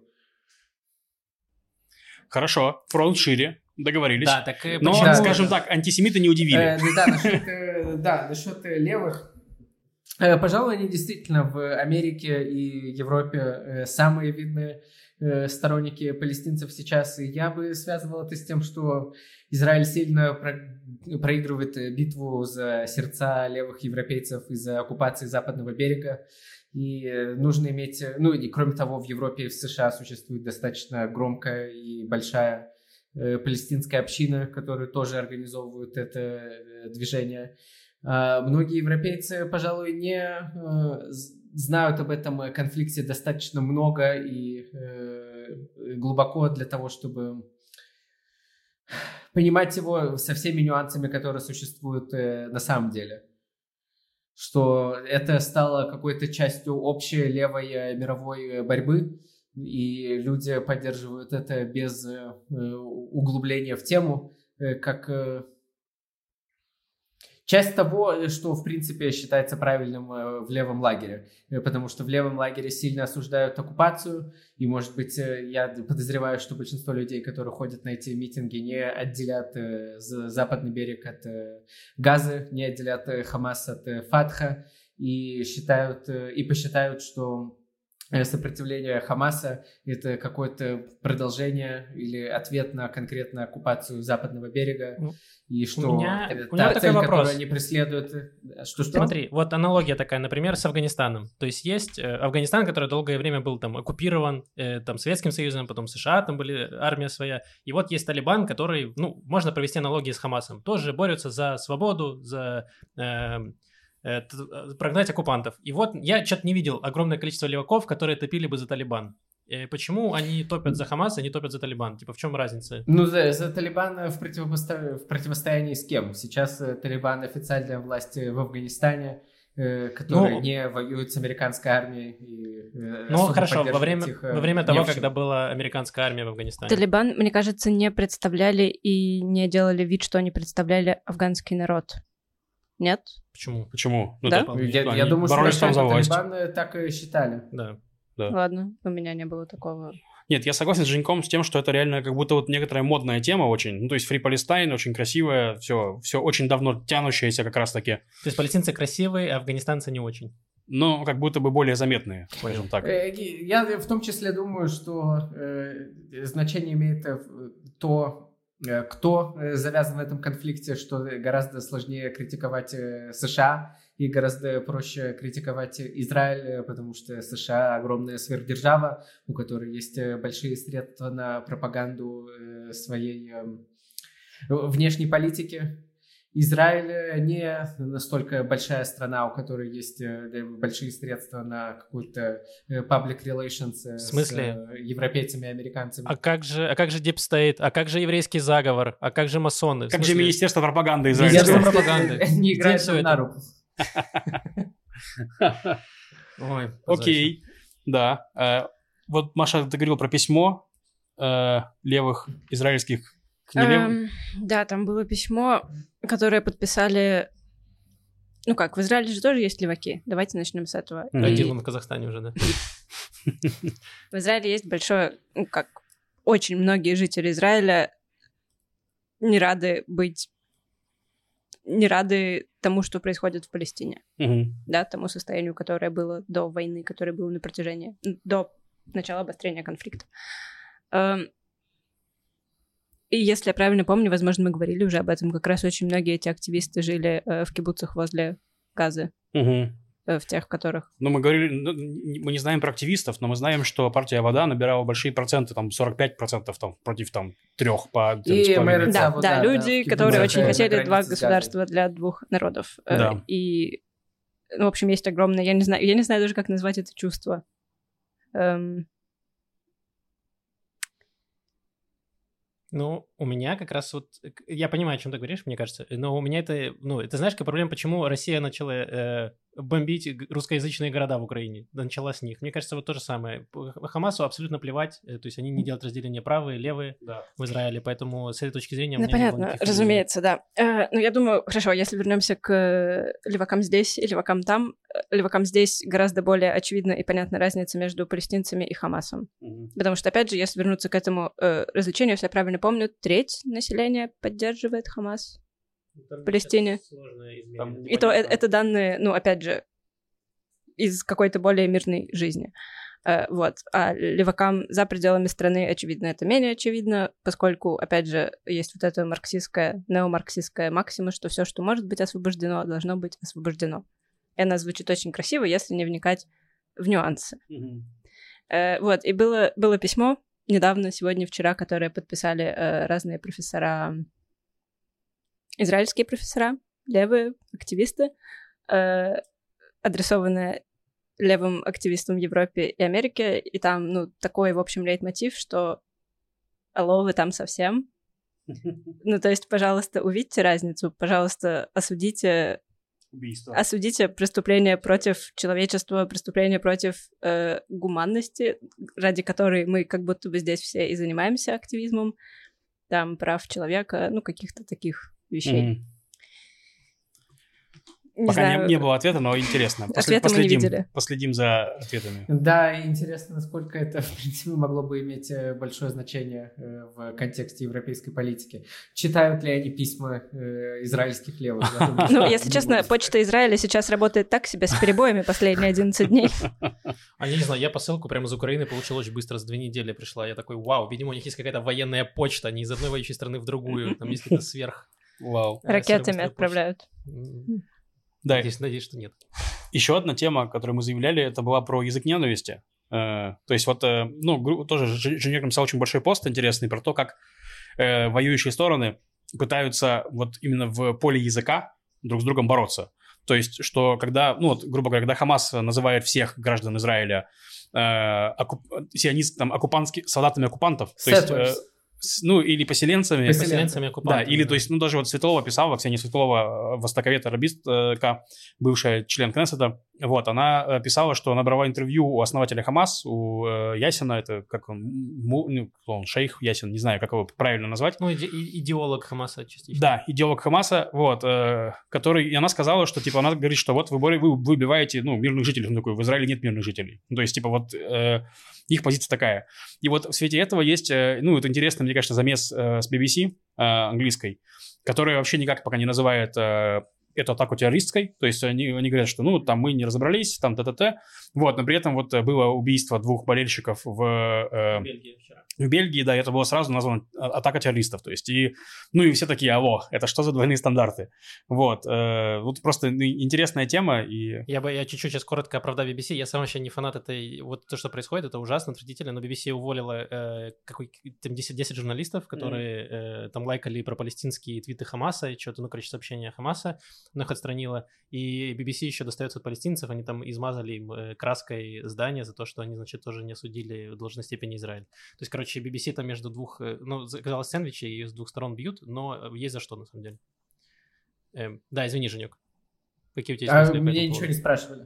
S3: Хорошо, фронт шире, договорились.
S1: Да, так и
S3: Но,
S1: почему-
S3: скажем так, антисемиты не удивили.
S2: Э, да, насчет, э, да, насчет э, левых. Э, пожалуй, они действительно в Америке и Европе э, самые видные э, сторонники палестинцев сейчас. И я бы связывал это с тем, что Израиль сильно про- проигрывает битву за сердца левых европейцев из-за оккупации Западного берега. И э, нужно иметь... Ну, и кроме того, в Европе и в США существует достаточно громкая и большая э, палестинская община, которые тоже организовывают это э, движение. А многие европейцы, пожалуй, не э, знают об этом конфликте достаточно много и э, глубоко для того, чтобы понимать его со всеми нюансами, которые существуют э, на самом деле. Что это стало какой-то частью общей левой э, мировой борьбы, и люди поддерживают это без э, углубления в тему, э, как... Э, часть того, что, в принципе, считается правильным в левом лагере. Потому что в левом лагере сильно осуждают оккупацию. И, может быть, я подозреваю, что большинство людей, которые ходят на эти митинги, не отделят западный берег от Газы, не отделят Хамас от Фатха. И считают, и посчитают, что сопротивление Хамаса – это какое-то продолжение или ответ на конкретно оккупацию западного берега.
S1: Ну,
S2: и что
S1: у меня,
S2: это
S1: у меня
S2: та
S1: такой
S2: цель,
S1: вопрос.
S2: которую они преследуют. Что, что?
S1: Смотри, вот аналогия такая, например, с Афганистаном. То есть есть э, Афганистан, который долгое время был там оккупирован э, там Советским Союзом, потом США, там были армия своя. И вот есть Талибан, который, ну, можно провести аналогии с Хамасом. Тоже борются за свободу, за... Э, прогнать оккупантов. И вот я что-то не видел огромное количество леваков, которые топили бы за Талибан. И почему они топят за Хамас, а не топят за Талибан? Типа, в чем разница?
S2: Ну, за, за Талибан в, противопоста... в противостоянии с кем? Сейчас Талибан официальная власть в Афганистане, э, которая ну, не воюет с американской армией. И, э,
S1: ну, хорошо, во время,
S2: их,
S1: во время того, когда была американская армия в Афганистане.
S4: Талибан, мне кажется, не представляли и не делали вид, что они представляли афганский народ. Нет?
S1: Почему?
S3: Почему? Ну,
S4: да?
S3: это,
S2: я,
S3: они
S2: я думаю,
S3: боролись там за власть.
S2: Талибан так и считали.
S1: Да.
S3: Да.
S4: Ладно, у меня не было такого.
S3: Нет, я согласен с Женьком с тем, что это реально как будто вот некоторая модная тема очень. Ну, то есть Free Palestine очень красивая, все, все очень давно тянущееся как раз-таки.
S1: То есть палестинцы красивые, а афганистанцы не очень.
S3: Но как будто бы более заметные, скажем так.
S2: Я в том числе думаю, что э, значение имеет то, кто завязан в этом конфликте, что гораздо сложнее критиковать США и гораздо проще критиковать Израиль, потому что США огромная сверхдержава, у которой есть большие средства на пропаганду своей внешней политики. Израиль не настолько большая страна, у которой есть большие средства на какую-то public relations
S1: в смысле?
S2: с европейцами и американцами.
S1: А как же, а как же Deep State? А как же еврейский заговор? А как же масоны?
S3: Как же Министерство пропаганды
S1: Министерство
S3: израильского?
S1: пропаганды.
S2: Не играет
S1: всё
S2: на
S1: это?
S2: руку.
S1: Ой,
S3: Окей, да. Э, Вот, Маша, ты говорил про письмо э, левых израильских к нелевым.
S4: Эм, да, там было письмо, которое подписали... Ну как, в Израиле же тоже есть леваки. Давайте начнем с этого.
S3: Мгм.
S4: И
S1: Один он в Казахстане уже, да?
S4: в Израиле есть большое... Ну как, очень многие жители Израиля не рады быть... Не рады тому, что происходит в Палестине.
S3: Мгм.
S4: Да, тому состоянию, которое было до войны, которое было на протяжении... До начала обострения конфликта. Эм, И если я правильно помню, возможно, мы говорили уже об этом, как раз очень многие эти активисты жили э, в кибуцах возле Газы,
S3: Мгм.
S4: э, в тех, в которых...
S3: Ну, мы говорили, ну, не- мы не знаем про активистов, но мы знаем, что партия «Вода» набирала большие проценты, там, сорок пять процентов там, против там, трех по там,
S2: И
S3: с половиной.
S2: мэр-
S4: Да,
S2: вот,
S4: да,
S2: да,
S4: люди,
S2: да, в
S4: которые
S2: кибуцах,
S4: очень
S2: э, на
S4: хотели два
S2: границе с Газой.
S4: государства для двух народов. Э,
S3: Да.
S4: И, ну, в общем, есть огромное... Я не знаю, я не знаю даже, как назвать это чувство. Эм,
S1: Ну, у меня как раз вот... Я понимаю, о чем ты говоришь, мне кажется, но у меня это... Ну, это знаешь, какая проблема, почему Россия начала э, бомбить русскоязычные города в Украине? Начала с них. Мне кажется, вот то же самое. Хамасу абсолютно плевать, то есть они не делают разделения правые, левые да. в Израиле, поэтому с этой точки зрения...
S4: Ну, понятно, разумеется, да. Э, ну, я думаю, хорошо, если вернемся к левакам здесь и левакам там, левакам здесь гораздо более очевидна и понятна разница между палестинцами и Хамасом. Mm-hmm. Потому что, опять же, если вернуться к этому э, развлечению, если я правильно помню, треть населения поддерживает Хамас там в Палестине. Там и то это, это данные, ну, опять же, из какой-то более мирной жизни. Э, вот. А левакам за пределами страны, очевидно, это менее очевидно, поскольку, опять же, есть вот эта марксистская, неомарксистская максима, что все, что может быть освобождено, должно быть освобождено. И она звучит очень красиво, если не вникать в нюансы. Mm-hmm. Э, вот. И было, было письмо недавно, сегодня, вчера, которые подписали э, разные профессора, израильские профессора, левые активисты, э, адресованные левым активистам в Европе и Америке, и там, ну, такой, в общем, лейтмотив, что алло, вы там совсем? Ну, то есть, пожалуйста, увидьте разницу, пожалуйста, осудите... Убийство. Осудите преступление против человечества, преступление против э, гуманности, ради которой мы как будто бы здесь все и занимаемся активизмом, там, прав человека, ну, каких-то таких вещей. Mm-hmm.
S3: Не Пока знаю. Не, не было ответа, но интересно.
S4: Ответа последим, мы не видели.
S3: Последим за ответами.
S2: Да, и интересно, насколько это, в принципе, могло бы иметь большое значение в контексте европейской политики. Читают ли они письма израильских левых?
S4: Ну, если честно, почта Израиля сейчас работает так себе, с перебоями последние одиннадцать дней.
S1: А я не знаю, я посылку прямо из Украины получил очень быстро, за две недели пришла. Я такой, вау, видимо, у них есть какая-то военная почта, они из одной воюющей страны в другую, там есть какая-то сверх...
S3: Вау.
S4: Ракетами отправляют.
S3: Да.
S1: Надеюсь, надеюсь, что нет.
S3: Еще одна тема, которую мы заявляли, это была про язык ненависти. Э, то есть вот, э, ну, тоже Женек написал очень большой пост интересный про то, как э, воюющие стороны пытаются вот именно в поле языка друг с другом бороться. То есть, что когда, ну вот, грубо говоря, когда Хамас называет всех граждан Израиля э, оккуп... сионистами, оккупантскими, солдатами оккупантов, то есть... Э, ну, или поселенцами.
S1: Поселенцами оккупантами.
S3: Да, или, да. То есть, ну, даже вот Светлова писала, Ксения Светлова, востоковед-арабистка, бывшая член Кнессета, вот, она писала, что она брала интервью у основателя Хамас, у э, Ясина, это как он, му, ну, он, шейх Ясин, не знаю, как его правильно назвать.
S1: Ну, иде- идеолог Хамаса частично.
S3: Да, идеолог Хамаса, вот, э, который, и она сказала, что, типа, она говорит, что вот вы, вы, вы убиваете, ну, мирных жителей, он такой, в Израиле нет мирных жителей. Ну, то есть, типа, вот... Э, их позиция такая. И вот в свете этого есть, ну, это интересно, мне кажется, замес э, с би би си э, английской, которая вообще никак пока не называет э, эту атаку террористской. То есть они, они говорят, что, ну, там мы не разобрались, там т-т-т. Вот, но при этом вот было убийство двух болельщиков в... Э, в Бельгии вчера. В Бельгии, да, это было сразу названо атака террористов. То есть, и, ну, и все такие, алло, это что за двойные стандарты? Вот, э, вот просто интересная тема. И...
S1: Я бы, я чуть-чуть сейчас коротко оправдаю би би си. Я сам вообще не фанат этой, вот то, что происходит, это ужасно, отвратительно, но би би си уволила э, какой, там десять, десять журналистов, которые mm. э, там лайкали про палестинские твиты Хамаса, и что-то, ну, короче, сообщения Хамаса, но их отстранила. И би би си еще достается от палестинцев, они там измазали им э, краской здание за то, что они, значит, тоже не осудили в должной степени Израиль. То есть, короче, би би си там между двух, ну, казалось, сэндвичи, ее с двух сторон бьют, но есть за что, на самом деле. Эм, да, извини, Женек. Какие у тебя есть мысли?
S2: А меня ничего не спрашивали.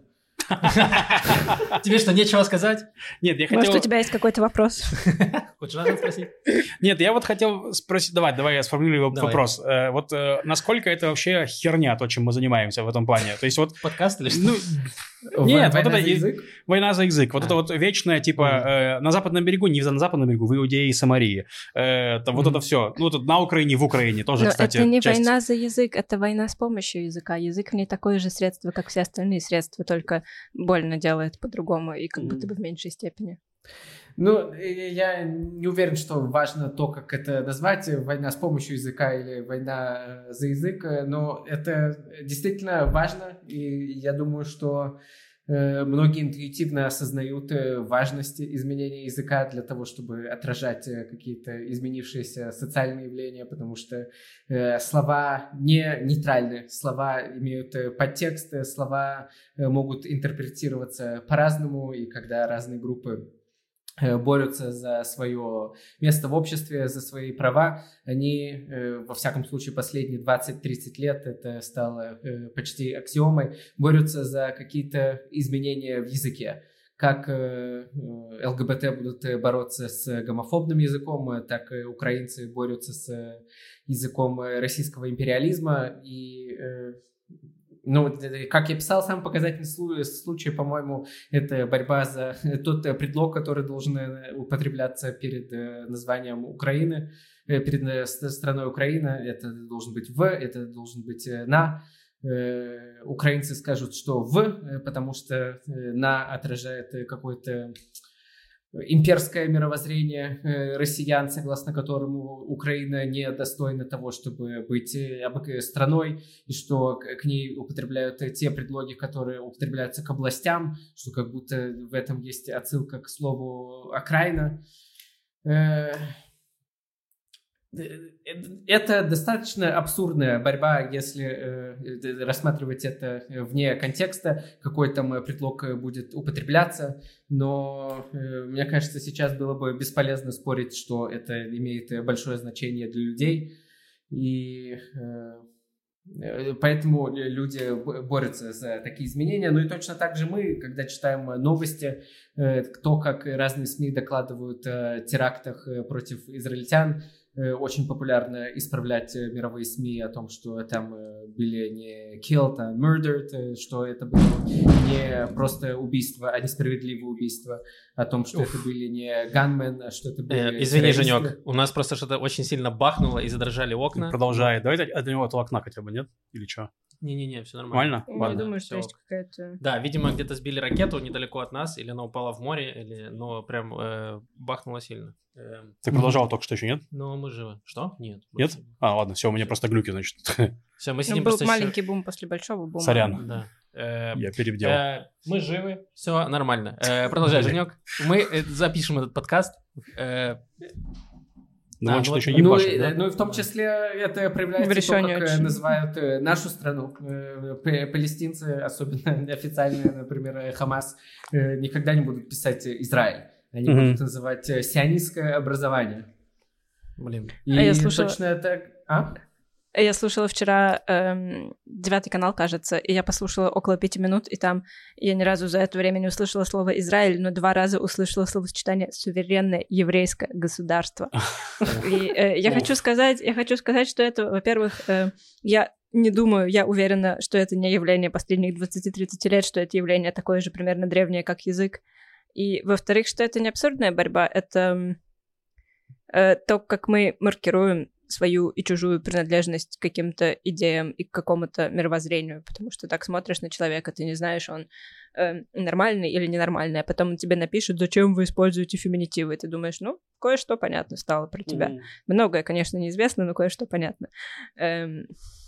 S1: Тебе что, нечего сказать?
S3: Нет, я хотел...
S4: Может, у тебя есть какой-то вопрос?
S1: Хочешь надо спросить?
S3: Нет, я вот хотел спросить... Давай, давай я сформулирую давай. вопрос. Э, вот э, насколько это вообще херня, то, чем мы занимаемся в этом плане? То есть вот...
S1: Подкаст или что?
S3: Ну, нет,
S2: война
S3: вот это...
S2: за язык?
S3: Война за язык. Вот а. это вот вечное, типа, mm. э, на западном берегу, не на западном берегу, в Иудее и Самарии. Э, там, mm. Вот это все. Ну, тут на Украине, в Украине тоже,
S4: Но
S3: кстати,
S4: это не
S3: часть...
S4: война за язык, это война с помощью языка. Язык в ней такое же средство, как все остальные средства, только больно делает по-другому и как mm. будто бы в меньшей степени.
S2: Ну, я не уверен, что важно то, как это назвать, война с помощью языка или война за язык, но это действительно важно, и я думаю, что многие интуитивно осознают важность изменения языка для того, чтобы отражать какие-то изменившиеся социальные явления, потому что слова не нейтральны, слова имеют подтекст, слова могут интерпретироваться по-разному, и когда разные группы борются за свое место в обществе, за свои права. Они, во всяком случае, последние двадцать-тридцать лет, это стало почти аксиомой, борются за какие-то изменения в языке. Как ЛГБТ будут бороться с гомофобным языком, так и украинцы борются с языком российского империализма. И, ну, как я писал, самый показательный случай, по-моему, это борьба за тот предлог, который должен употребляться перед названием Украины, перед страной Украина. Это должен быть «в», это должен быть «на». Украинцы скажут, что «в», потому что «на» отражает какое-то имперское мировоззрение россиян, согласно которому Украина не достойна того, чтобы быть страной, и что к ней употребляют те предлоги, которые употребляются к областям, что как будто в этом есть отсылка к слову «окраина». Это достаточно абсурдная борьба, если э, рассматривать это вне контекста, какой там предлог будет употребляться, но э, мне кажется, сейчас было бы бесполезно спорить, что это имеет большое значение для людей, и э, поэтому люди борются за такие изменения. Ну и точно так же мы, когда читаем новости, э, то, как разные СМИ докладывают о терактах против израильтян, очень популярно исправлять мировые СМИ о том, что там были не killed, а murdered, что это было не просто убийство, а несправедливое убийство, о том, что Уф. это были не gunmen, а что это были
S1: э, Извини, Женек, у нас просто что-то очень сильно бахнуло и задрожали окна.
S3: Продолжай, давайте от него от окна хотя бы, нет? Или что?
S1: Не-не-не, все нормально.
S3: Нормально?
S4: Я думаю, что есть какая-то...
S1: Да, видимо, где-то сбили ракету недалеко от нас, или она упала в море, или, но прям э, бахнуло сильно. Э,
S3: Ты продолжал только что еще, нет?
S1: Ну, мы живы. Что? Нет.
S3: Нет? А, ладно, все, у меня просто глюки, значит.
S1: Все, мы сидим
S4: ну, был
S1: просто...
S4: маленький бум после большого бума.
S3: Сорян.
S1: Да. Э,
S3: Я перебдел.
S1: Э, мы живы, все нормально. Э, продолжай, Женек. Мы э, запишем этот подкаст. Э,
S3: Ну,
S2: а,
S3: он что-то
S2: ну,
S3: еще не
S2: ну,
S3: башит,
S2: и,
S3: да?
S2: ну и в том числе это проявляется в том, как очень. называют нашу страну. Палестинцы, особенно официально, например, Хамас, никогда не будут писать Израиль. Они mm-hmm. будут называть сионистское образование.
S1: Блин.
S2: И
S4: а я слушала...
S2: точно это... А?
S4: Я слушала вчера эм, девятый канал, кажется, и я послушала около пяти минут, и там я ни разу за это время не услышала слово «Израиль», но два раза услышала словосочетание «суверенное еврейское государство». И э, я хочу сказать, я хочу сказать, что это, во-первых, э, я не думаю, я уверена, что это не явление последних двадцати-тридцати лет, что это явление такое же примерно древнее, как язык. И, во-вторых, что это не абсурдная борьба, это э, то, как мы маркируем свою и чужую принадлежность к каким-то идеям и к какому-то мировоззрению, потому что так смотришь на человека, ты не знаешь, он э, нормальный или ненормальный, а потом тебе напишут, зачем вы используете феминитивы, и ты думаешь, ну, кое-что понятно стало про тебя. Mm-hmm. Многое, конечно, неизвестно, но кое-что понятно. Эм...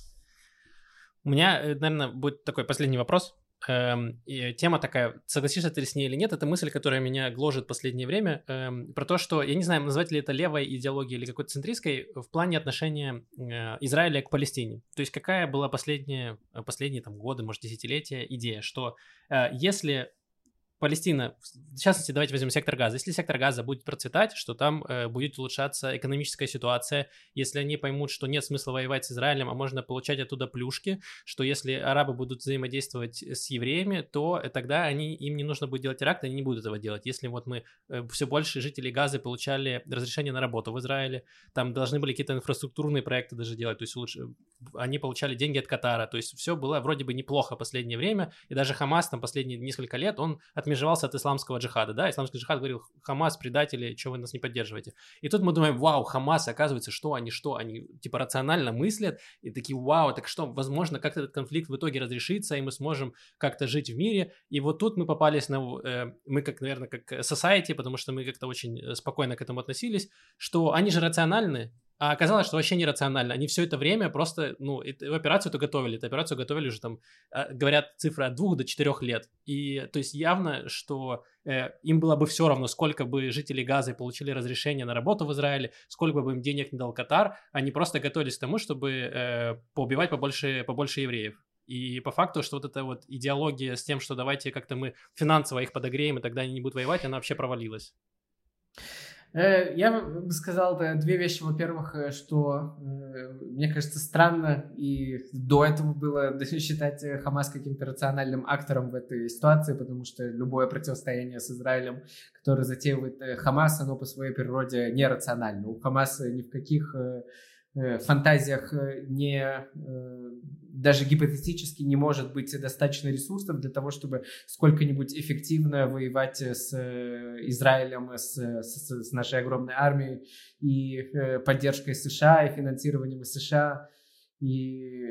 S1: У меня, наверное, будет такой последний вопрос. Эм, и тема такая, согласишься ты с ней или нет, это мысль, которая меня гложет в последнее время, эм, про то, что, я не знаю, назвать ли это левой идеологией или какой-то центристской в плане отношения э, Израиля к Палестине. То есть какая была последняя, последние там, годы, может, десятилетия идея, что э, если Палестина, в частности, давайте возьмем сектор Газа. Если сектор Газа будет процветать, что там э, будет улучшаться экономическая ситуация, если они поймут, что нет смысла воевать с Израилем, а можно получать оттуда плюшки, что если арабы будут взаимодействовать с евреями, то тогда они, им не нужно будет делать теракты, они не будут этого делать. Если вот мы, э, все больше жителей Газы получали разрешение на работу в Израиле, там должны были какие-то инфраструктурные проекты даже делать, то есть лучше, они получали деньги от Катара, то есть все было вроде бы неплохо в последнее время, и даже Хамас там последние несколько лет, он отмечал отмежевался от исламского джихада, да, исламский джихад говорил, Хамас, предатели, что вы нас не поддерживаете. И тут мы думаем, вау, Хамас, оказывается, что они, что они, типа, рационально мыслят, и такие, вау, так что, возможно, как-то этот конфликт в итоге разрешится, и мы сможем как-то жить в мире, и вот тут мы попались на, э, мы как, наверное, как society, потому что мы как-то очень спокойно к этому относились, что они же рациональны, а оказалось, что вообще нерационально. Они все это время просто, ну, эту операцию-то готовили. Эту операцию готовили уже там, говорят, цифры от двух до четырех лет. И, то есть, явно, что э, им было бы все равно, сколько бы жителей Газы получили разрешение на работу в Израиле, сколько бы им денег не дал Катар, они просто готовились к тому, чтобы э, поубивать побольше, побольше евреев. И по факту, что вот эта вот идеология с тем, что давайте как-то мы финансово их подогреем, и тогда они не будут воевать, она вообще провалилась.
S2: Я бы сказал две вещи. Во-первых, что мне кажется странно, и до этого было считать Хамас каким-то рациональным актором в этой ситуации, потому что любое противостояние с Израилем, которое затеивает Хамас, оно по своей природе нерационально. У Хамаса ни в каких фантазиях не, даже гипотетически не может быть достаточно ресурсов для того, чтобы сколько-нибудь эффективно воевать с Израилем, с, с, с нашей огромной армией и поддержкой США, и финансированием США. И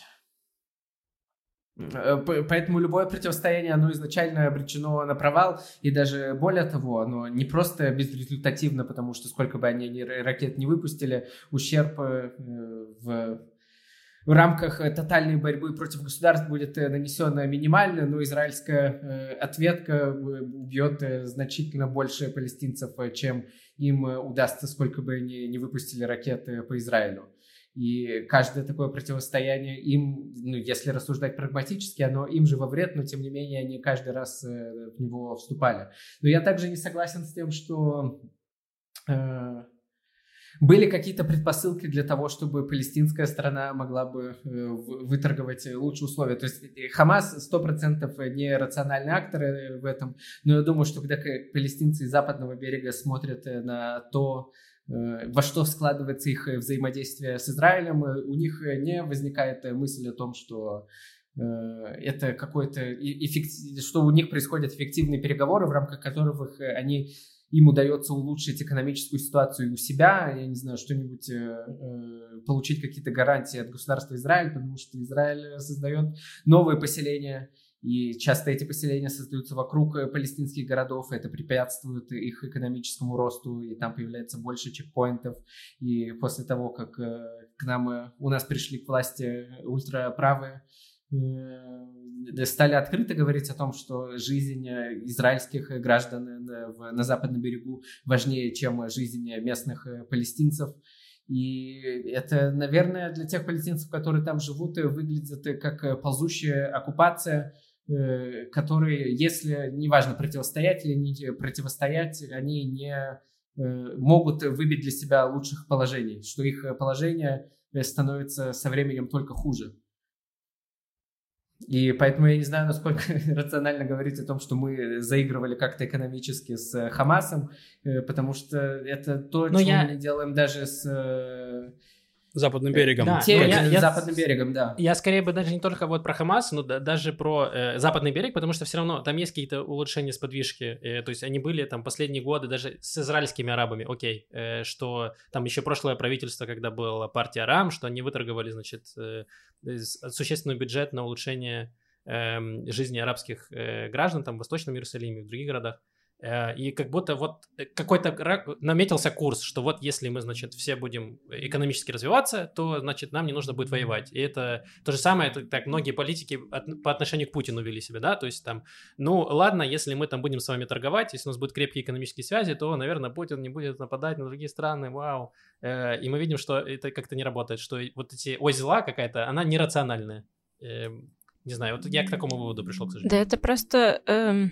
S2: поэтому любое противостояние, оно изначально обречено на провал, и даже более того, оно не просто безрезультативно, потому что сколько бы они ни ракет не выпустили, ущерб в, в рамках тотальной борьбы против государств будет нанесен минимально, но израильская ответка убьет значительно больше палестинцев, чем им удастся, сколько бы они не выпустили ракеты по Израилю. И каждое такое противостояние им, ну, если рассуждать прагматически, оно им же во вред, но тем не менее они каждый раз э, в него вступали. Но я также не согласен с тем, что э, были какие-то предпосылки для того, чтобы палестинская сторона могла бы э, выторговать лучшие условия. То есть Хамас сто процентов не рациональные акторы в этом, но я думаю, что когда палестинцы из западного берега смотрят на то, во что складывается их взаимодействие с Израилем, у них не возникает мысль о том, что это какой-то эффектив... что у них происходят эффективные переговоры, в рамках которых они, им удается улучшить экономическую ситуацию у себя, я не знаю, что-нибудь, получить какие-то гарантии от государства Израиль, потому что Израиль создает новые поселения, и часто эти поселения создаются вокруг палестинских городов, и это препятствует их экономическому росту, и там появляется больше чекпоинтов. И после того, как к нам, у нас пришли к власти ультраправые, стали открыто говорить о том, что жизнь израильских граждан на западном берегу важнее, чем жизнь местных палестинцев. И это, наверное, для тех палестинцев, которые там живут, выглядит как ползущая оккупация, которые, если, неважно, противостоять или не противостоять, они не могут выбить для себя лучших положений, что их положение становится со временем только хуже. И поэтому я не знаю, насколько рационально говорить о том, что мы заигрывали как-то экономически с Хамасом, потому что это то, Но чего я... мы не делаем даже с...
S3: Западным берегом.
S1: Да,
S2: Те,
S1: я,
S2: с
S1: я,
S2: западным берегом, да.
S1: Я скорее бы даже не только вот про Хамас, но да, даже про э, западный берег, потому что все равно там есть какие-то улучшения сподвижки. Э, то есть они были там последние годы даже с израильскими арабами, окей, э, что там еще прошлое правительство, когда была партия Арам, что они выторговали, значит, э, существенный бюджет на улучшение э, жизни арабских э, граждан там в Восточном Иерусалиме, в других городах. И как будто вот какой-то наметился курс, что вот если мы, значит, все будем экономически развиваться, то, значит, нам не нужно будет воевать. И это то же самое, это так многие политики от, по отношению к Путину вели себя, да, то есть там, ну, ладно, если мы там будем с вами торговать, если у нас будут крепкие экономические связи, то, наверное, Путин не будет нападать на другие страны, вау. И мы видим, что это как-то не работает, что вот эти ось зла какая-то, она нерациональная. Не знаю, вот я к такому выводу пришел, к сожалению.
S4: Да, это просто... Эм...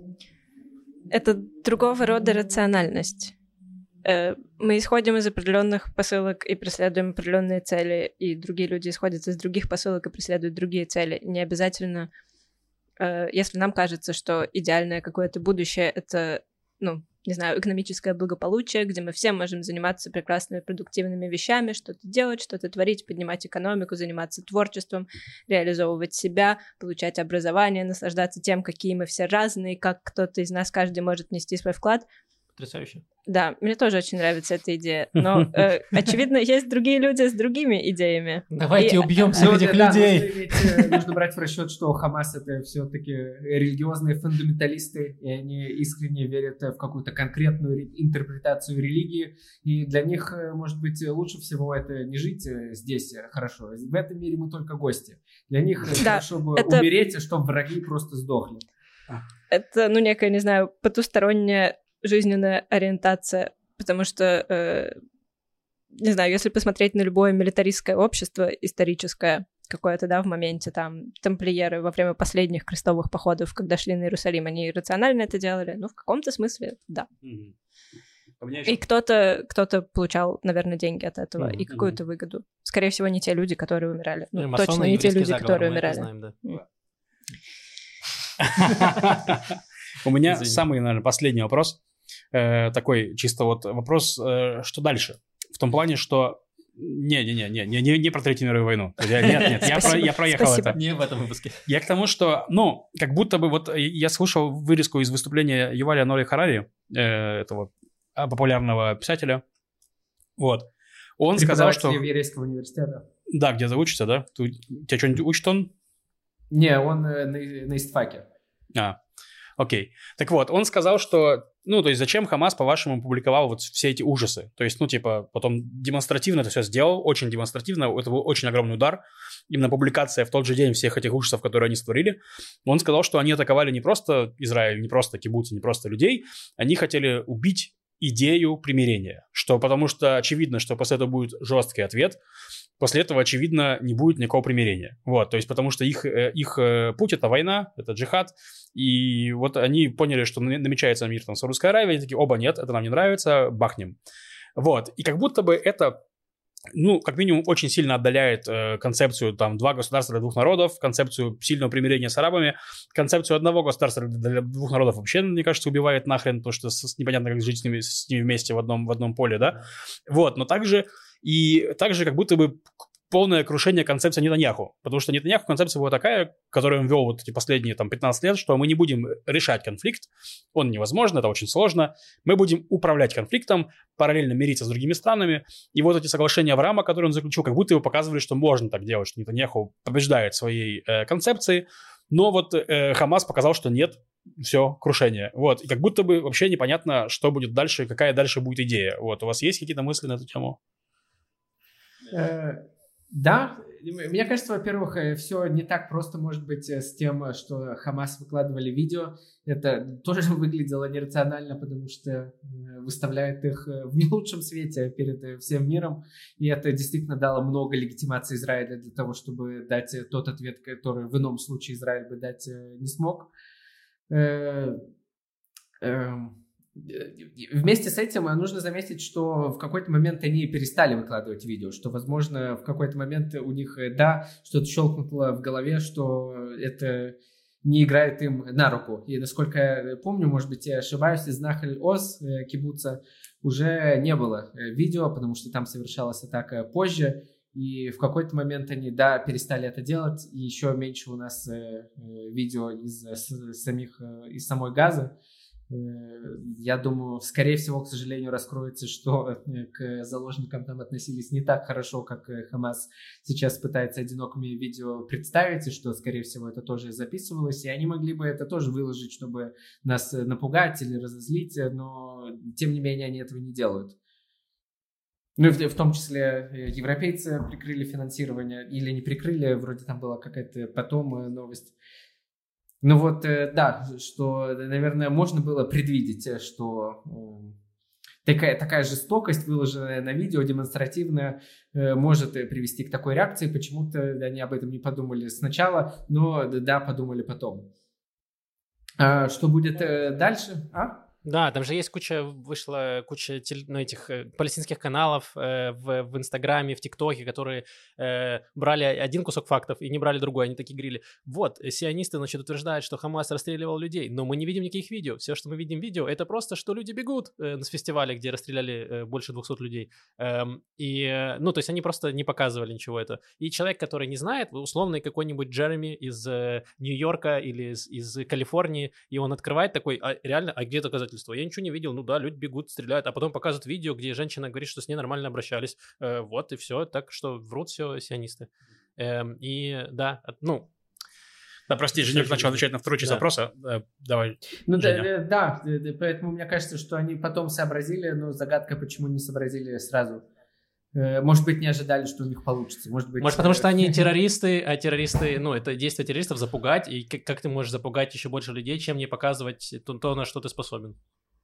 S4: Это другого рода рациональность. Мы исходим из определенных посылок и преследуем определенные цели, и другие люди исходят из других посылок и преследуют другие цели. Не обязательно, если нам кажется, что идеальное какое-то будущее — это, ну, не знаю, экономическое благополучие, где мы все можем заниматься прекрасными продуктивными вещами, что-то делать, что-то творить, поднимать экономику, заниматься творчеством, реализовывать себя, получать образование, наслаждаться тем, какие мы все разные, как кто-то из нас, каждый может внести свой вклад.
S1: Потрясающе.
S4: Да, мне тоже очень нравится эта идея, но, э, очевидно, есть другие люди с другими идеями.
S1: Давайте
S4: и...
S1: убьем всех этих
S2: да,
S1: людей.
S2: Нужно, ведь, нужно брать в расчет, что Хамас — это все-таки религиозные фундаменталисты, и они искренне верят в какую-то конкретную интерпретацию религии, и для них, может быть, лучше всего это не жить здесь хорошо. В этом мире мы только гости. Для них
S4: да,
S2: хорошо бы
S4: это...
S2: умереть, чтобы враги просто сдохли.
S4: Это, ну, некая, не знаю, потусторонняя жизненная ориентация, потому что, э, не знаю, если посмотреть на любое милитаристское общество историческое, какое-то, да, в моменте, там, тамплиеры во время последних крестовых походов, когда шли на Иерусалим, они рационально это делали, ну, в каком-то смысле, да. И кто-то, кто-то получал, наверное, деньги от этого
S3: Mm-hmm.
S4: и какую-то выгоду. Скорее всего, не те люди, которые умирали. Ну,
S1: ну
S4: точно не те люди,
S1: заговор,
S4: которые
S1: мы
S4: умирали.
S1: знаем, да.
S3: У меня самый, наверное, последний вопрос. Такой чисто вот вопрос, что дальше? В том плане, что... Не-не-не, не, не про Третью мировую войну. Нет, нет, я, про, я проехал
S4: Спасибо.
S3: это.
S1: Не в этом выпуске.
S3: Я к тому, что, ну, как будто бы вот я слушал вырезку из выступления Юваля Ноа Харари, этого популярного писателя. Вот. Он сказал, что...
S2: Еврейского университета.
S3: Да, где-то учится, да? Ты, тебя что-нибудь учит он?
S2: Не, он на, на истфаке.
S3: А, окей. Так вот, он сказал, что, ну, то есть зачем Хамас, по-вашему, публиковал вот все эти ужасы? То есть, ну, типа, потом демонстративно это все сделал, очень демонстративно, это был очень огромный удар. Именно публикация в тот же день всех этих ужасов, которые они створили. Он сказал, что они атаковали не просто Израиль, не просто кибуцы, не просто людей, они хотели убить идею примирения. Что, потому что очевидно, что после этого будет жесткий ответ, после этого, очевидно, не будет никакого примирения. Вот, то есть, потому что их, их путь — это война, это джихад, и вот они поняли, что намечается мир там с Саудовской Аравией, они такие: оба, нет, это нам не нравится, бахнем. Вот, и как будто бы это, ну, как минимум, очень сильно отдаляет э, концепцию там два государства для двух народов, концепцию сильного примирения с арабами, концепцию одного государства для двух народов вообще, мне кажется, убивает нахрен, потому что с, непонятно, как жить с ними, с ними вместе в одном, в одном поле, да. Вот, но также и также как будто бы полное крушение концепции Нетаньяху, потому что Нетаньяху концепция была такая, которую он вел вот эти последние там пятнадцать лет, что мы не будем решать конфликт, он невозможно, это очень сложно, мы будем управлять конфликтом, параллельно мириться с другими странами, и вот эти соглашения Авраама, которые он заключил, как будто его показывали, что можно так делать, что Нетаньяху побеждает своей э, концепции, но вот э, Хамас показал, что нет, все, крушение, вот, и как будто бы вообще непонятно, что будет дальше, какая дальше будет идея, вот, у вас есть какие-то мысли на эту тему?
S2: Да, мне кажется, во-первых, все не так просто может быть с тем, что Хамас выкладывали видео. Это тоже выглядело нерационально, потому что выставляют их в не лучшем свете перед всем миром. И это действительно дало много легитимации Израиля для того, чтобы дать тот ответ, который в ином случае Израиль бы дать не смог. Вместе с этим нужно заметить, что в какой-то момент они перестали выкладывать видео, что, возможно, в какой-то момент у них, да, что-то щелкнуло в голове, что это не играет им на руку. И, насколько я помню, может быть, я ошибаюсь, из Нахаль-Оз, кибуца, уже не было видео, потому что там совершалась атака позже, и в какой-то момент они, да, перестали это делать, и еще меньше у нас видео из самих, из самой Газы. Я думаю, скорее всего, к сожалению, раскроется, что к заложникам там относились не так хорошо, как Хамас сейчас пытается одинокими видео представить, и что, скорее всего, это тоже записывалось, и они могли бы это тоже выложить, чтобы нас напугать или разозлить, но, тем не менее, они этого не делают. Ну и в, в том числе европейцы прикрыли финансирование, или не прикрыли, вроде там была какая-то потом новость. Ну вот, да, что, наверное, можно было предвидеть, что такая, такая жестокость, выложенная на видео, демонстративная, может привести к такой реакции. Почему-то они об этом не подумали сначала, но, да, подумали потом. А что будет дальше? А?
S1: Да, там же есть куча, вышла куча теле, ну, этих э, палестинских каналов э, в, в Инстаграме, в ТикТоке, которые э, брали один кусок фактов и не брали другой. Они такие говорили: вот, сионисты, значит, утверждают, что Хамас расстреливал людей, но мы не видим никаких видео. Все, что мы видим в видео, это просто, что люди бегут э, с фестиваля, где расстреляли э, больше двухсот людей. Эм, и, э, ну, то есть они просто не показывали ничего этого. И человек, который не знает, условный какой-нибудь Джереми из э, Нью-Йорка или из, из Калифорнии, и он открывает такой: а реально, а где доказательства? Я ничего не видел, ну да, люди бегут, стреляют, а потом показывают видео, где женщина говорит, что с ней нормально обращались, э, вот и все, так что врут все сионисты. Э, и да, ну...
S3: Да, прости, Женек начал отвечать на вторую часть да. вопроса, э, давай,
S2: Ну да, да, поэтому мне кажется, что они потом сообразили, но загадка, почему не сообразили сразу. Может быть, не ожидали, что у них получится. Может, быть,
S1: Может потому что они террористы, а террористы, ну, это действие террористов запугать, и как, как ты можешь запугать еще больше людей, чем не показывать то, то на что ты способен?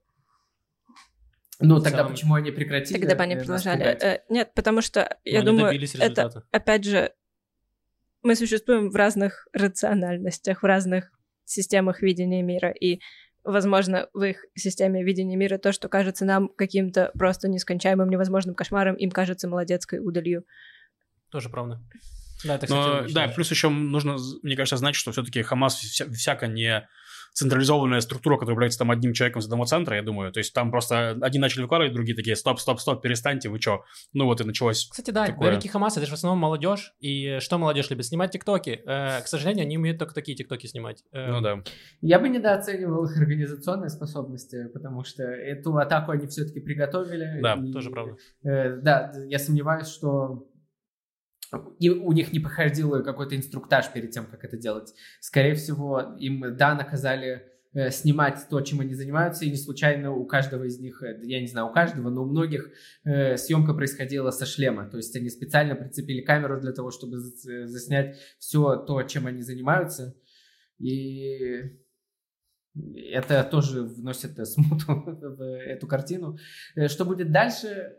S2: Ну, тогда самом... почему они прекратили?
S4: Тогда бы они продолжали. Э, нет, потому что, я Но думаю, это, опять же, мы существуем в разных рациональностях, в разных системах видения мира, и возможно, в их системе видения мира то, что кажется нам каким-то просто нескончаемым, невозможным кошмаром, им кажется молодецкой удалью.
S1: Тоже правда. Да, это,
S3: Но,
S1: кстати,
S3: да, плюс еще нужно, мне кажется, знать, что все-таки Хамас вся, всяко не централизованная структура, которая является там одним человеком с одного центра, я думаю. То есть там просто одни начали выкладывать, другие такие, стоп, стоп, стоп, перестаньте, вы что? Ну вот и началось.
S1: Кстати, да,
S3: такое.
S1: боевики Хамаса, это же в основном молодежь. И что молодежь любит? Снимать тиктоки. Э, к сожалению, они умеют только такие тиктоки снимать. Э,
S3: Ну да.
S2: Я бы недооценивал их организационные способности, потому что эту атаку они все-таки приготовили.
S3: Да,
S2: и,
S1: тоже правда.
S2: Э, да, я сомневаюсь, что и у них не проходил какой-то инструктаж перед тем, как это делать. Скорее всего, им, да, наказали э, снимать то, чем они занимаются, и не случайно у каждого из них, э, я не знаю, у каждого, но у многих э, съемка происходила со шлема. То есть они специально прицепили камеру для того, чтобы за- заснять все то, чем они занимаются. И это тоже вносит смуту в эту картину. Э, Что будет дальше?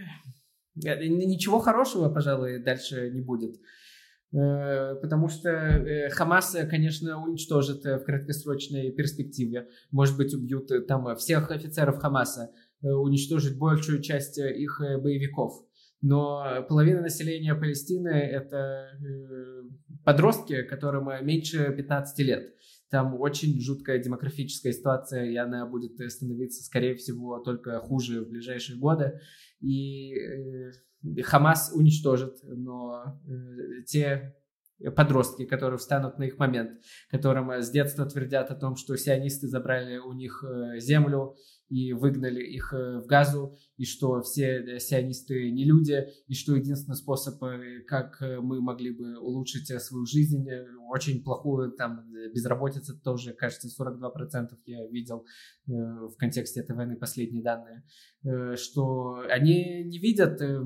S2: Э, Ничего хорошего, пожалуй, дальше не будет. Э, Потому что э, Хамас, э, конечно, уничтожит э, в краткосрочной перспективе. Может быть, убьют э, там всех офицеров Хамаса, э, уничтожить большую часть э, их э, боевиков. Но половина населения Палестины – это э, подростки, которым э, меньше пятнадцати лет. Там очень жуткая демографическая ситуация, и она будет э, становиться, скорее всего, только хуже в ближайшие годы. И э, Хамас уничтожит, но э, те подростки, которые встанут на их момент, которым с детства твердят о том, что сионисты забрали у них э, землю и выгнали их э, в Газу, и что все сионисты не люди, и что единственный способ, э, как мы могли бы улучшить э, свою жизнь, э, очень плохую, там, безработица тоже, кажется, сорок два процента я видел э, в контексте этой войны, последние данные, э, что они не видят... Э,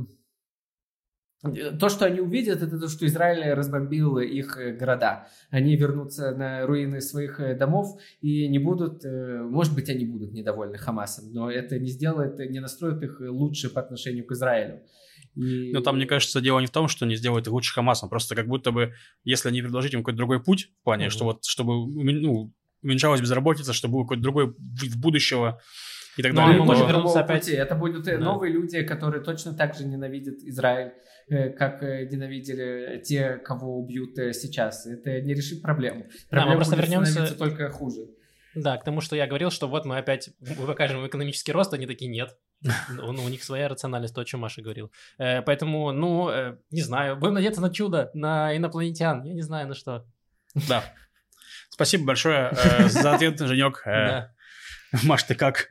S2: То, что они увидят, это то, что Израиль разбомбил их города. Они вернутся на руины своих домов и не будут, может быть, они будут недовольны Хамасом, но это не сделает, не настроит их лучше по отношению к Израилю. И...
S3: Но там, мне кажется, дело не в том, что не сделают их лучше Хамасом, просто как будто бы, если они предложить им какой-то другой путь, в плане, mm-hmm. что вот, чтобы ну, уменьшалась безработица, чтобы был какой-то другой вид будущего, и так
S1: Но
S3: далее.
S1: мы
S3: то...
S1: можем вернуться опять.
S2: Это будут
S1: да.
S2: новые люди, которые точно так же ненавидят Израиль, как ненавидели те, кого убьют сейчас. Это не решит проблему. Проблема
S1: да, мы просто
S2: будет
S1: вернемся...
S2: становиться только хуже.
S1: Да, к тому, что я говорил, что вот мы опять мы покажем экономический рост, они такие нет. Ну, у них своя рациональность, то, о чем Маша говорил. Э, поэтому, ну, э, не знаю, будем надеяться на чудо, на инопланетян, я не знаю на что.
S3: Да. Спасибо большое э, за ответ, Женек. Э,
S1: Да.
S3: Маш, ты как?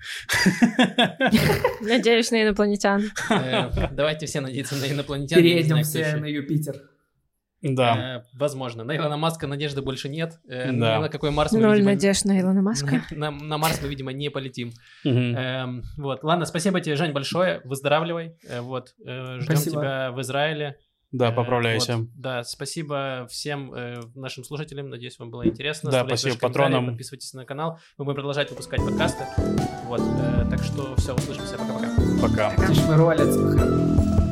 S4: Надеюсь на инопланетян.
S1: Э, давайте все надеяться на инопланетян.
S2: Переедем все на Юпитер.
S3: Да.
S1: Э, возможно. На Илона Маска надежды больше нет. Э,
S3: Да.
S1: ни на какой Марс мы,
S4: Ноль
S1: видимо,
S4: надежд на Илона Маска.
S1: на, на Марс мы, видимо, не полетим.
S3: Мгм.
S1: Эм, вот, ладно, спасибо тебе, Жень, большое. Выздоравливай. Э, вот, э, ждем
S2: Спасибо.
S1: тебя в Израиле.
S3: Да,
S1: Э,
S3: поправляйся.
S1: вот, да, спасибо всем э, нашим слушателям. Надеюсь, вам было интересно.
S3: Да,
S1: Оставляйте
S3: спасибо
S1: ваши комментарии,
S3: патронам.
S1: Подписывайтесь на канал. Мы будем продолжать выпускать подкасты. Вот, э, так что все, услышимся. Пока-пока.
S3: Пока.
S2: Тишмиру алецких.